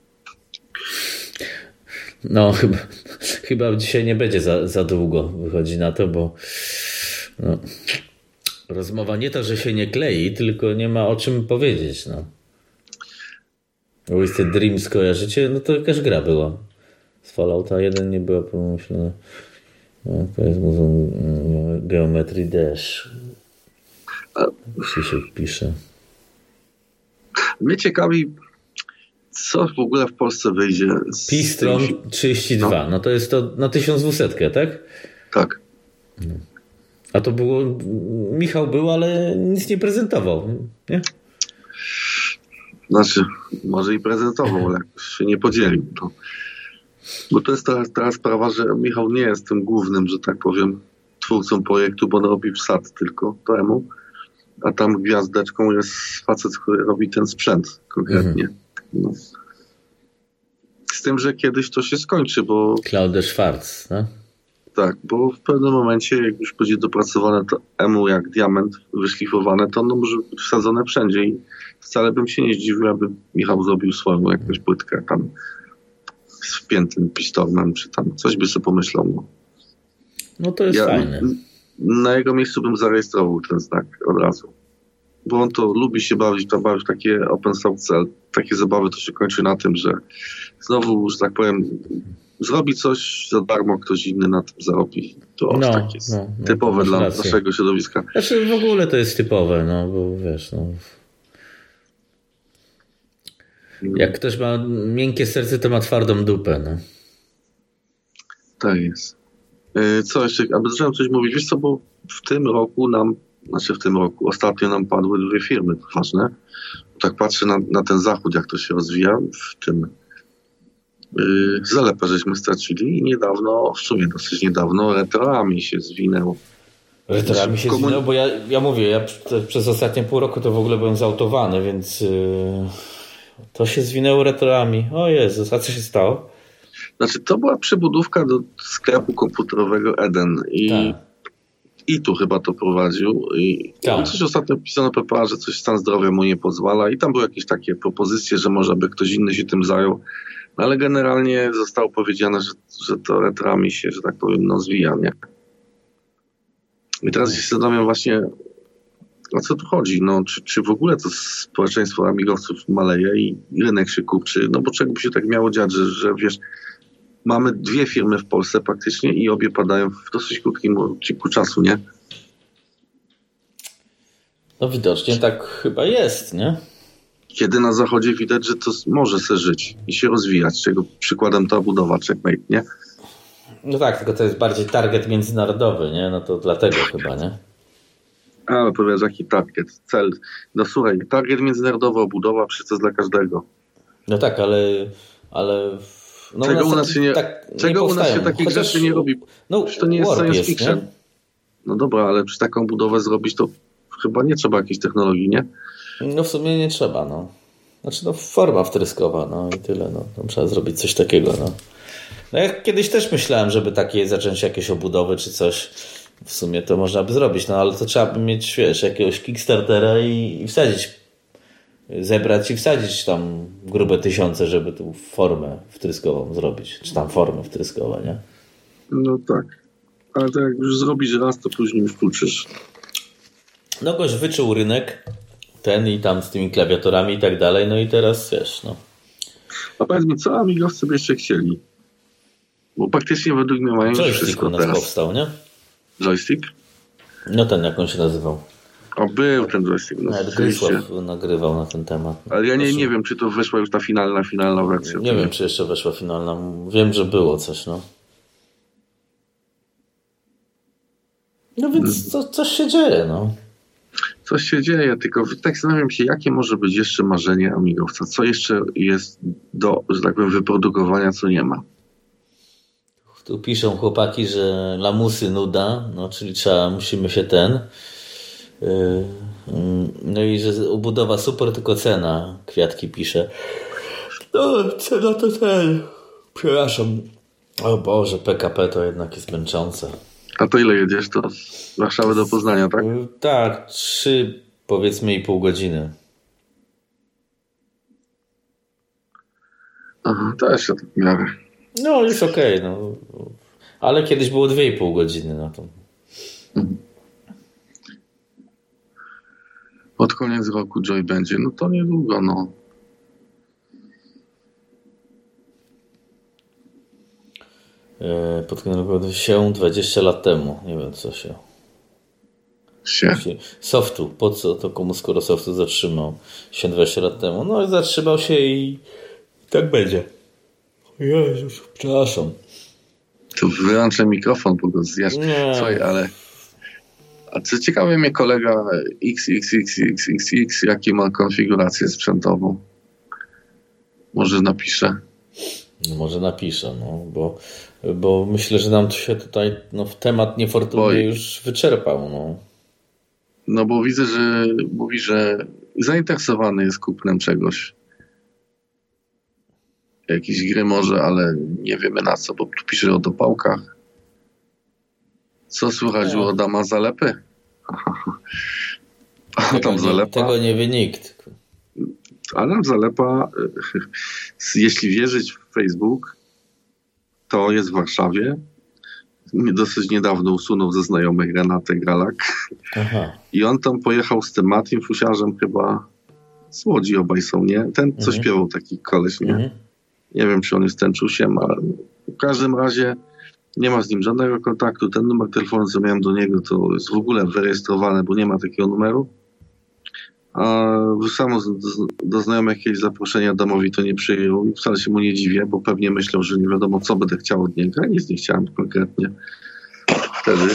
No, chyba, chyba dzisiaj nie będzie za, za długo, wychodzi na to, bo no, rozmowa nie to, że się nie klei, tylko nie ma o czym powiedzieć, no. Twisted Dreams kojarzycie? No to jakaś gra była. Z Fallouta jeden nie była pomyślana. No, to jest muzeum Geometry Dash. Jeśli się pisze. Mnie ciekawi, co w ogóle w Polsce wyjdzie. Pistron trzydzieści dwa. No. no to jest to na tysiąc dwieście, tak? Tak. No. A to było... Michał był, ale nic nie prezentował, nie? Znaczy, może i prezentował, ale się nie podzielił. To. Bo to jest ta, ta sprawa, że Michał nie jest tym głównym, że tak powiem, twórcą projektu, bo on robi wsad tylko temu. A tam gwiazdeczką jest facet, który robi ten sprzęt konkretnie. Mhm. No. Z tym, że kiedyś to się skończy, bo... Klaude Schwarz, no? Tak, bo w pewnym momencie, jak już będzie dopracowane to emu jak diament, wyszlifowane, to ono może być wsadzone wszędzie i wcale bym się nie zdziwił, aby Michał zrobił swoją jakąś płytkę tam z wpiętym pistornem, czy tam coś by sobie pomyślał. No, no to jest ja, fajne. Na jego miejscu bym zarejestrował ten znak od razu. Bo on to lubi się bawić, to bawić takie open source, takie zabawy to się kończy na tym, że znowu, że tak powiem, zrobi coś za darmo, ktoś inny na tym zarobi. To no, tak jest no, no, typowe dla rację. Naszego środowiska. Znaczy w ogóle to jest typowe, no bo wiesz, no. Jak ktoś ma miękkie serce, to ma twardą dupę. No. Tak jest. Co jeszcze? Aby zacząłem coś mówić. Wiesz co, bo w tym roku nam, znaczy w tym roku, ostatnio nam padły dwie firmy ważne. Tak patrzę na, na ten zachód, jak to się rozwija. W tym yy, zalepę żeśmy stracili i niedawno, w sumie dosyć niedawno, Retroami się zwinęło. Retroami się Komun... zwinęło, bo ja, ja mówię, ja przez ostatnie pół roku to w ogóle byłem zautowany, więc yy, to się zwinęło Retroami. O Jezus, a co się stało? Znaczy, to była przebudówka do sklepu komputerowego Eden i, tak. i tu chyba to prowadził. I tak. Coś ostatnio pisano P P A, że coś stan zdrowia mu nie pozwala i tam były jakieś takie propozycje, że może by ktoś inny się tym zajął. No ale generalnie zostało powiedziane, że, że to Retroami się, że tak powiem, no zwija, nie? I teraz się zastanawiam właśnie, o co tu chodzi? No, czy, czy w ogóle to społeczeństwo amigowców maleje i, i rynek się kurczy? No bo czego by się tak miało dziać, że, że wiesz, mamy dwie firmy w Polsce praktycznie i obie padają w dosyć krótkim odcinku czasu, nie? No widocznie tak chyba jest, nie? Kiedy na zachodzie widać, że to może se żyć i się rozwijać, czego przykładem ta budowa Checkmate, nie? No tak, tylko to jest bardziej target międzynarodowy, nie? No to dlatego chyba, nie? Ale powiedz, jaki target, cel. No słuchaj, target międzynarodowy, obudowa, przecież to jest dla każdego. No tak, ale... ale no czego u nas, u nas się nie, tak czego nie u nas się takich Chociaż, rzeczy nie robi? No, to nie jest science fiction. Nie? No dobra, ale przy taką budowę zrobić to chyba nie trzeba jakiejś technologii, nie? No w sumie nie trzeba, no. Znaczy no forma wtryskowa, no i tyle, no. Tam trzeba zrobić coś takiego, no. No ja kiedyś też myślałem, żeby takie zacząć jakieś obudowy czy coś. W sumie to można by zrobić, no ale to trzeba by mieć, wiesz, jakiegoś Kickstartera i, i wsadzić, zebrać i wsadzić tam grube tysiące, żeby tu formę wtryskową zrobić. Czy tam formę wtryskową, nie? No tak. Ale to jak już zrobisz raz, to później już kluczysz. No goś wyczuł rynek ten i tam z tymi klawiaturami i tak dalej, no i teraz wiesz, no. A powiedz mi, co amigowcy by jeszcze chcieli? Bo praktycznie według mnie mają Joystick wszystko u nas teraz. powstał, nie? Joystick? No ten, jak on się nazywał. O, był ten joystick. No, Nawet Grysław nagrywał na ten temat. Ale ja nie, nie wiem, czy to weszła już ta finalna, finalna wersja. Nie wiem, czy jeszcze weszła finalna. Wiem, że było coś, no. No więc co, coś się dzieje, no. Coś się dzieje, tylko tak zastanawiam się, jakie może być jeszcze marzenie amigowca. Co jeszcze jest do, że tak powiem, wyprodukowania, co nie ma. Tu piszą chłopaki, że lamusy nuda, no czyli trzeba, musimy się ten... Yy, no i że obudowa super, tylko cena. Kwiatki pisze. No, cena to ten. Przepraszam. O Boże, P K P to jednak jest męczące. A to ile jedziesz? To z Warszawy do Poznania, tak? Tak, trzy powiedzmy i pół godziny. Aha, to jeszcze tak w miarę. No, jest okej, okay, no. Ale kiedyś było dwie i pół godziny na to. Mhm. Pod koniec roku Joy będzie, no to niedługo, no. Pod koniec roku się dwadzieścia lat temu. Nie wiem, co się... Się? Softu. Po co to komu skoro softu zatrzymał się dwadzieścia lat temu? No i zatrzymał się i tak będzie. Jezus, przepraszam. To wyłączę mikrofon, bo go zjasz. Słuchaj, ale... A co ciekawe, mnie kolega X X X X X X jakie ma konfigurację sprzętową. Może napisze. No może napiszę, no, bo, bo myślę, że nam się tutaj no, w temat niefortunnie już wyczerpał. No. no bo widzę, że mówi, że zainteresowany jest kupnem czegoś. Jakieś gry może, ale nie wiemy na co, bo tu pisze o dopałkach. Co słychać u Adama Zalepy? Tego, tam Zalepa. Nie, tego nie wie nikt. Adam Zalepa, jeśli wierzyć w Facebook, to jest w Warszawie. Dosyć niedawno usunął ze znajomych Renatę Gralak. Aha. I on tam pojechał z tym Matim Fusiarzem chyba z Łodzi obaj są, nie? Ten, co mhm. śpiewał, taki koleś, nie? Mhm. Nie wiem, czy on jest tęczusiem, ale w każdym razie nie ma z nim żadnego kontaktu. Ten numer telefonu, co miałem do niego, to jest w ogóle wyrejestrowany, bo nie ma takiego numeru. A samo z, z, do znajomych jakieś zaproszenia domowi to nie przyjął i wcale się mu nie dziwię, bo pewnie myślał, że nie wiadomo co będę chciał od niego, a nic nie chciałem konkretnie wtedy.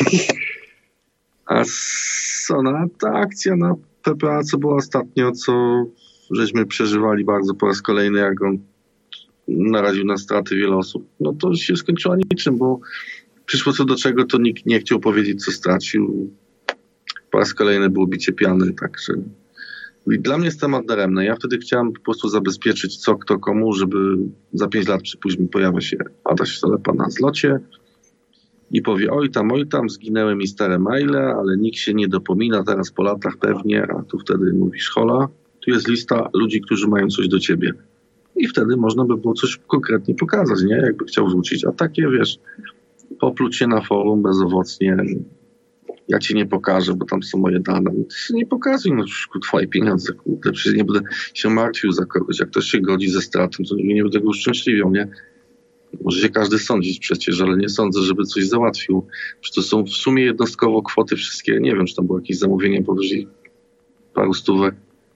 A co na ta akcja na P P A, co była ostatnio, co żeśmy przeżywali bardzo po raz kolejny, jak on naraził na straty wiele osób, no to się skończyło niczym, bo przyszło co do czego, to nikt nie chciał powiedzieć, co stracił. Po raz kolejny było bicie piany, także dla mnie jest temat daremny. Ja wtedy chciałem po prostu zabezpieczyć co, kto, komu, żeby za pięć lat przypuśćmy pojawia się Adaś Zalepa na zlocie i powie, oj tam, oj tam, zginęły mi stare maile, ale nikt się nie dopomina teraz po latach pewnie, a tu wtedy mówisz, hola, tu jest lista ludzi, którzy mają coś do ciebie. I wtedy można by było coś konkretnie pokazać, nie? Jakby chciał wrócić. A takie, wiesz, popluć się na forum bezowocnie, ja ci nie pokażę, bo tam są moje dane. Nie pokazuj, no twoje pieniądze, kurde, przecież nie będę się martwił za kogoś. Jak ktoś się godzi ze stratą, to nie będę go uszczęśliwiał, nie? Może się każdy sądzić przecież, ale nie sądzę, żeby coś załatwił. Przecież to są w sumie jednostkowo kwoty wszystkie, nie wiem, czy tam było jakieś zamówienie powyżej paru stówek.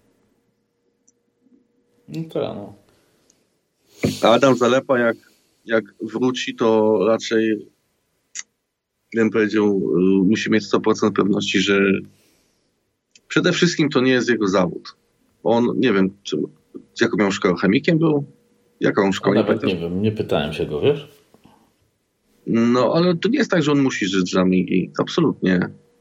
No to no. Adam Zalepa jak, jak wróci, to raczej bym powiedział, musi mieć sto procent pewności, że przede wszystkim to nie jest jego zawód. On, nie wiem, czy, jaką miał szkołę, chemikiem był? Jaką szkołę? Nawet nie, nie wiem, nie pytałem się go, wiesz? No, ale to nie jest tak, że on musi żyć z Amigi. Absolutnie.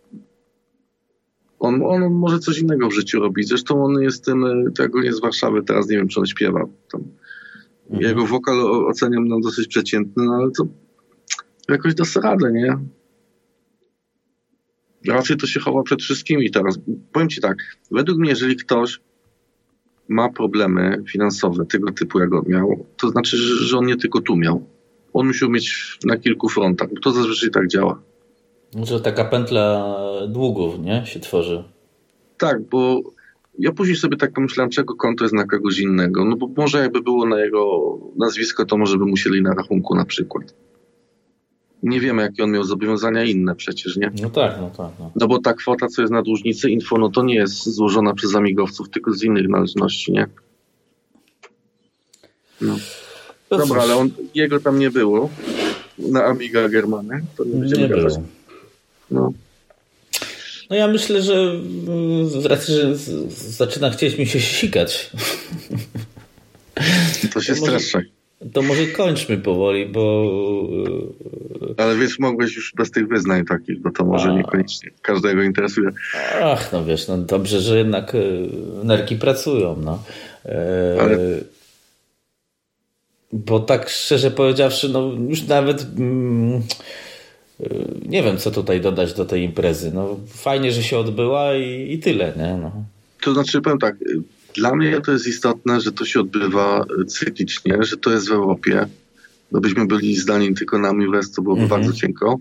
On, on może coś innego w życiu robić. Zresztą on jest tym, tego nie z Warszawy, teraz nie wiem, czy on śpiewa. Tam. Mhm. Jego wokal oceniam na dosyć przeciętny, no ale to jakoś da sobie radę, nie? Raczej to się chowa przed wszystkimi teraz. Powiem ci tak, według mnie, jeżeli ktoś ma problemy finansowe tego typu, jak on miał, to znaczy, że, że on nie tylko tu miał. On musiał mieć na kilku frontach, bo to zazwyczaj tak działa. Że taka pętla długów, nie? Się tworzy. Tak, bo ja później sobie tak pomyślałem, czego konto jest na kogoś innego. No bo może jakby było na jego nazwisko, to może by musieli na rachunku na przykład. Nie wiemy, jakie on miał zobowiązania inne przecież, nie? No tak, no tak. No, no bo ta kwota, co jest na dłużnicy info, no to nie jest złożona przez amigowców, tylko z innych należności, nie? No. Dobra, ale on, jego tam nie było. Na Amiga Germany. To nie nie było. No. No ja myślę, że z racji, że zaczyna chcieć mi się sikać. To się streszczaj. To może kończmy powoli, bo... Ale wiesz, mogłeś już bez tych wyznań takich, bo to może A... niekoniecznie każdego interesuje. Ach, no wiesz, no dobrze, że jednak nerki pracują, no. E... Ale... Bo tak szczerze powiedziawszy, no już nawet mm, nie wiem, co tutaj dodać do tej imprezy. No fajnie, że się odbyła i, i tyle, nie? No. To znaczy, powiem tak, dla mnie to jest istotne, że to się odbywa cyklicznie, że to jest w Europie. Gdybyśmy byli zdani tylko na Midwest, to byłoby mhm. bardzo cienko.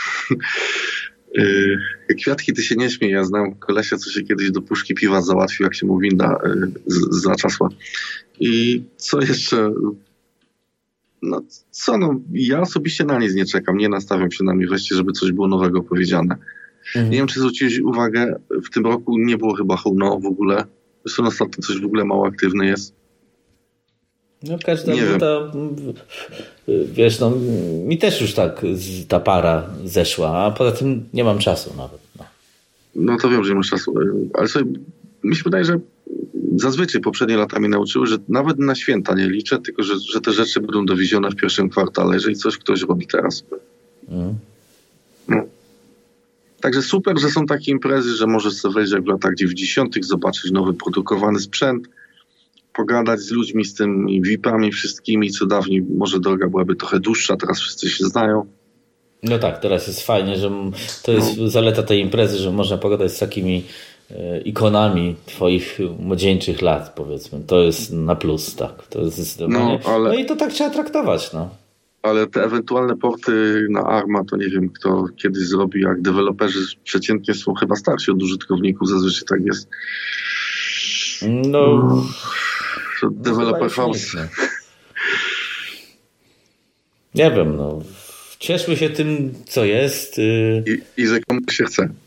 Kwiatki, ty się nie śmiej, ja znam kolesia, co się kiedyś do puszki piwa załatwił, jak się mu winda z, zaczasła. I co jeszcze... No co, no ja osobiście na nic nie czekam, nie nastawiam się na Midwestie, żeby coś było nowego powiedziane. Mhm. Nie wiem, czy zwróciłeś uwagę, w tym roku nie było chyba Huno w ogóle. Zresztą ostatnio coś w ogóle mało aktywny jest. No każda ta, wiesz, no mi też już tak ta para zeszła, a poza tym nie mam czasu nawet. No, no to wiem, że nie masz czasu, ale sobie, mi się wydaje, że zazwyczaj poprzednie lata mnie nauczyły, że nawet na święta nie liczę, tylko że, że te rzeczy będą dowiezione w pierwszym kwartale, jeżeli coś ktoś robi teraz. Mm. No. Także super, że są takie imprezy, że możesz sobie wejść jak w latach dziewięćdziesiątych, zobaczyć nowy produkowany sprzęt, pogadać z ludźmi, z tymi V I P-ami wszystkimi, co dawniej może droga byłaby trochę dłuższa, teraz wszyscy się znają. No tak, teraz jest fajnie, że to jest no. zaleta tej imprezy, że można pogadać z takimi ikonami twoich młodzieńczych lat, powiedzmy. To jest na plus, tak. To jest zdecydowanie. No, ale... no i to tak trzeba traktować, no. Ale te ewentualne porty na Arma, to nie wiem, kto kiedyś zrobi, jak deweloperzy przeciętnie są chyba starsi od użytkowników, zazwyczaj tak jest. No... no developer house. Nie, nie wiem, no. Cieszmy się tym, co jest. I, i że komuś się chce.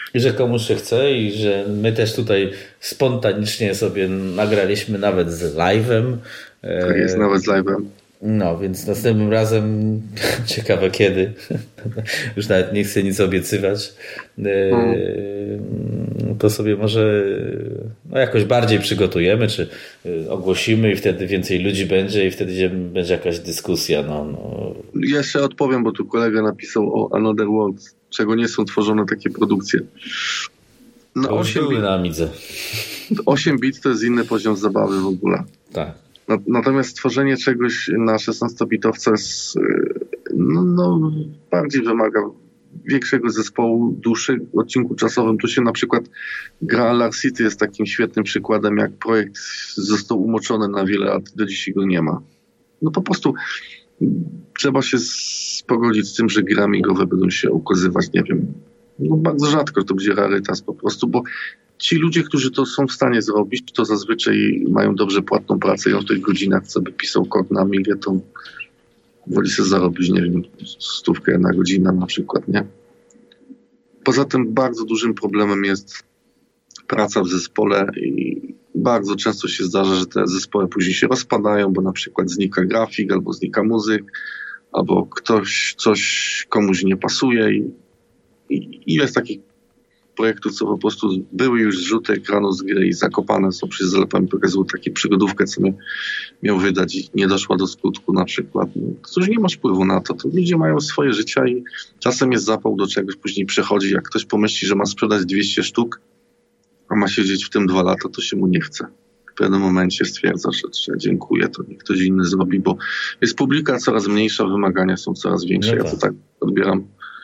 że komuś się chce i że my też tutaj spontanicznie sobie nagraliśmy nawet z live'em. Tak jest, nawet z live'em. No, więc następnym razem ciekawe kiedy. Już nawet nie chcę nic obiecywać. Hmm. To sobie może no jakoś bardziej przygotujemy, czy ogłosimy i wtedy więcej ludzi będzie i wtedy będzie jakaś dyskusja. No, no. Jeszcze odpowiem, bo tu kolega napisał o Another Worlds, czego nie są tworzone takie produkcje. Na osiem bit, na Amidze. osiem bit to jest inny poziom zabawy w ogóle. Tak. Natomiast stworzenie czegoś na szesnastobitowca jest, no, no, bardziej wymaga większego zespołu, dłuższego odcinku czasowym. Tu się na przykład gra Lark City jest takim świetnym przykładem, jak projekt został umoczony na wiele lat, do dzisiaj go nie ma. No po prostu trzeba się pogodzić z tym, że gry amigowe będą się ukazywać, nie wiem, no bardzo rzadko to będzie rarytas po prostu, bo ci ludzie, którzy to są w stanie zrobić, to zazwyczaj mają dobrze płatną pracę i on w tych godzinach, co by pisał kod na Amigę, to woli sobie zarobić, nie wiem, stówkę na godzinę na przykład, nie? Poza tym bardzo dużym problemem jest praca w zespole i bardzo często się zdarza, że te zespoły później się rozpadają, bo na przykład znika grafik, albo znika muzyk, albo ktoś, coś komuś nie pasuje i, i, i jest takich projektów, co po prostu były już zrzuty ekranu z gry i zakopane są przez zalepami. Pokazał taką przygodówkę, co miał wydać i nie doszła do skutku na przykład. No, cóż, nie masz wpływu na to. To ludzie mają swoje życia i czasem jest zapał do czegoś, później przechodzi. Jak ktoś pomyśli, że ma sprzedać dwieście sztuk, a ma siedzieć w tym dwa lata, to się mu nie chce. W pewnym momencie stwierdza, że, że dziękuję, to niech ktoś inny zrobi, bo jest publika coraz mniejsza, wymagania są coraz większe. Ja to tak odbieram.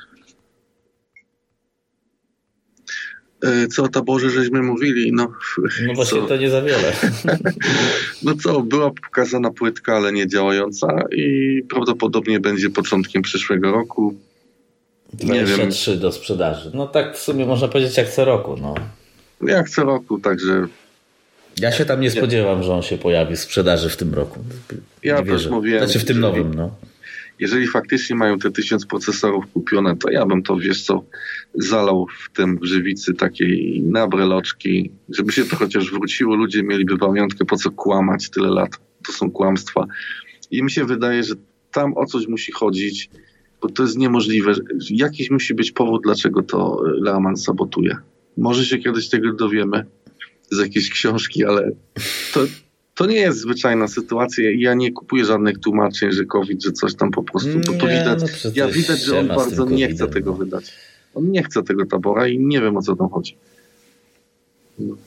Co o taborze żeśmy mówili? No, no właśnie co? To nie za wiele. No co, była pokazana płytka, ale nie działająca i prawdopodobnie będzie początkiem przyszłego roku. dwadzieścia trzy do sprzedaży. No tak w sumie można powiedzieć jak co roku. No. Jak co roku, także... Ja się tam nie spodziewam, że on się pojawi w sprzedaży w tym roku. Nie ja wierzę. też mówiłem. Znaczy w tym jeżeli, nowym, no. Jeżeli faktycznie mają te tysiąc procesorów kupione, to ja bym to, wiesz co, zalał w tym grzywicy takiej na breloczki, żeby się to chociaż wróciło. Ludzie mieliby pamiątkę, po co kłamać tyle lat. To są kłamstwa. I mi się wydaje, że tam o coś musi chodzić, bo to jest niemożliwe. Jakiś musi być powód, dlaczego to Leaman sabotuje. Może się kiedyś tego dowiemy z jakiejś książki, ale to, to nie jest zwyczajna sytuacja. Ja nie kupuję żadnych tłumaczeń, że COVID, że coś tam po prostu, bo to nie, widać, no ja widać, że on bardzo nie chce tego no. wydać. On nie chce tego tabora i nie wiem, o co tam chodzi. No.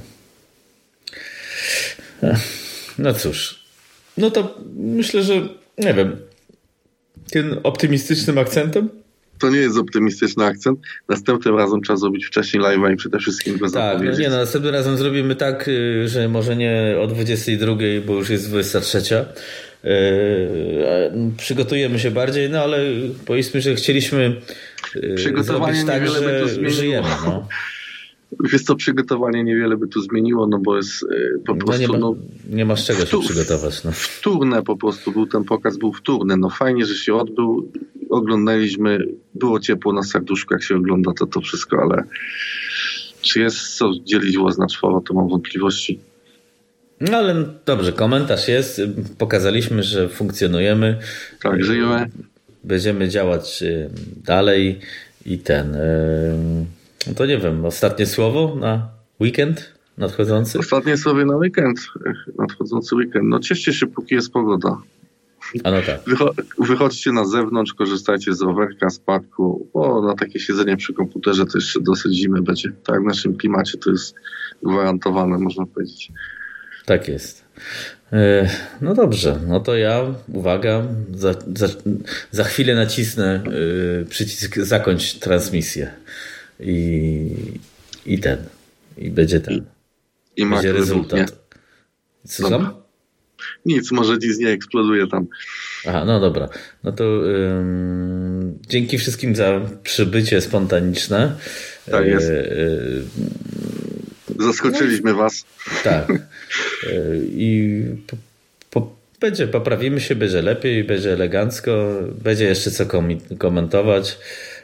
No cóż. No to myślę, że nie wiem, tym optymistycznym akcentem? To nie jest optymistyczny akcent. Następnym razem trzeba zrobić wcześniej live'a i przede wszystkim go zapowiedzieć. Tak, no nie, no, następnym razem zrobimy tak, że może nie o dwudziestej drugiej, bo już jest dwudziesta trzecia. Yy, przygotujemy się bardziej, no ale powiedzmy, że chcieliśmy yy, zrobić tak, że żyjemy. No. Wiesz co, przygotowanie niewiele by tu zmieniło, no bo jest yy, po no prostu... Nie ma, no, nie ma z czego wtór, się przygotować. No. Wtórne po prostu był ten pokaz, był wtórny. No fajnie, że się odbył. Oglądaliśmy, było ciepło na serduszku, jak się ogląda to, to wszystko, ale czy jest co dzielić łaz na czworo, to mam wątpliwości. No ale dobrze, komentarz jest, pokazaliśmy, że funkcjonujemy. Tak, żyjemy. Będziemy działać dalej i ten... No to nie wiem, ostatnie słowo na weekend nadchodzący? Ostatnie słowo na weekend, nadchodzący weekend. No cieszcie się, póki jest pogoda. A no tak. Wycho- wychodźcie na zewnątrz, korzystajcie z rowerka, z parku, bo na takie siedzenie przy komputerze to jeszcze dosyć zimy będzie. Tak, w naszym klimacie to jest gwarantowane, można powiedzieć. Tak jest. No dobrze, no to ja, uwaga, za, za, za chwilę nacisnę przycisk zakończ transmisję i, i ten, i będzie ten, I, i będzie rezultat. Co tam? Nic, może nic nie eksploduje tam. Aha, no dobra. No to ym, dzięki wszystkim za przybycie spontaniczne. Tak jest. Yy, Zaskoczyliśmy no, was. Tak. Yy, I po, po, będzie, poprawimy się, będzie lepiej, będzie elegancko, będzie jeszcze co komentować.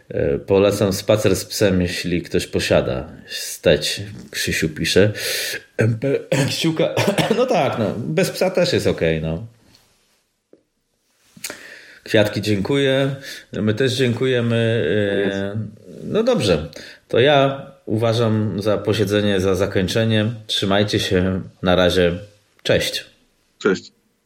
Polecam spacer z psem, jeśli ktoś posiada. Steć, Krzysiu pisze. Kciuka. No tak, no. Bez psa też jest okej, okay, no. Kwiatki, dziękuję. My też dziękujemy. No dobrze. To ja uważam za posiedzenie, za zakończenie. Trzymajcie się. Na razie. Cześć. Cześć.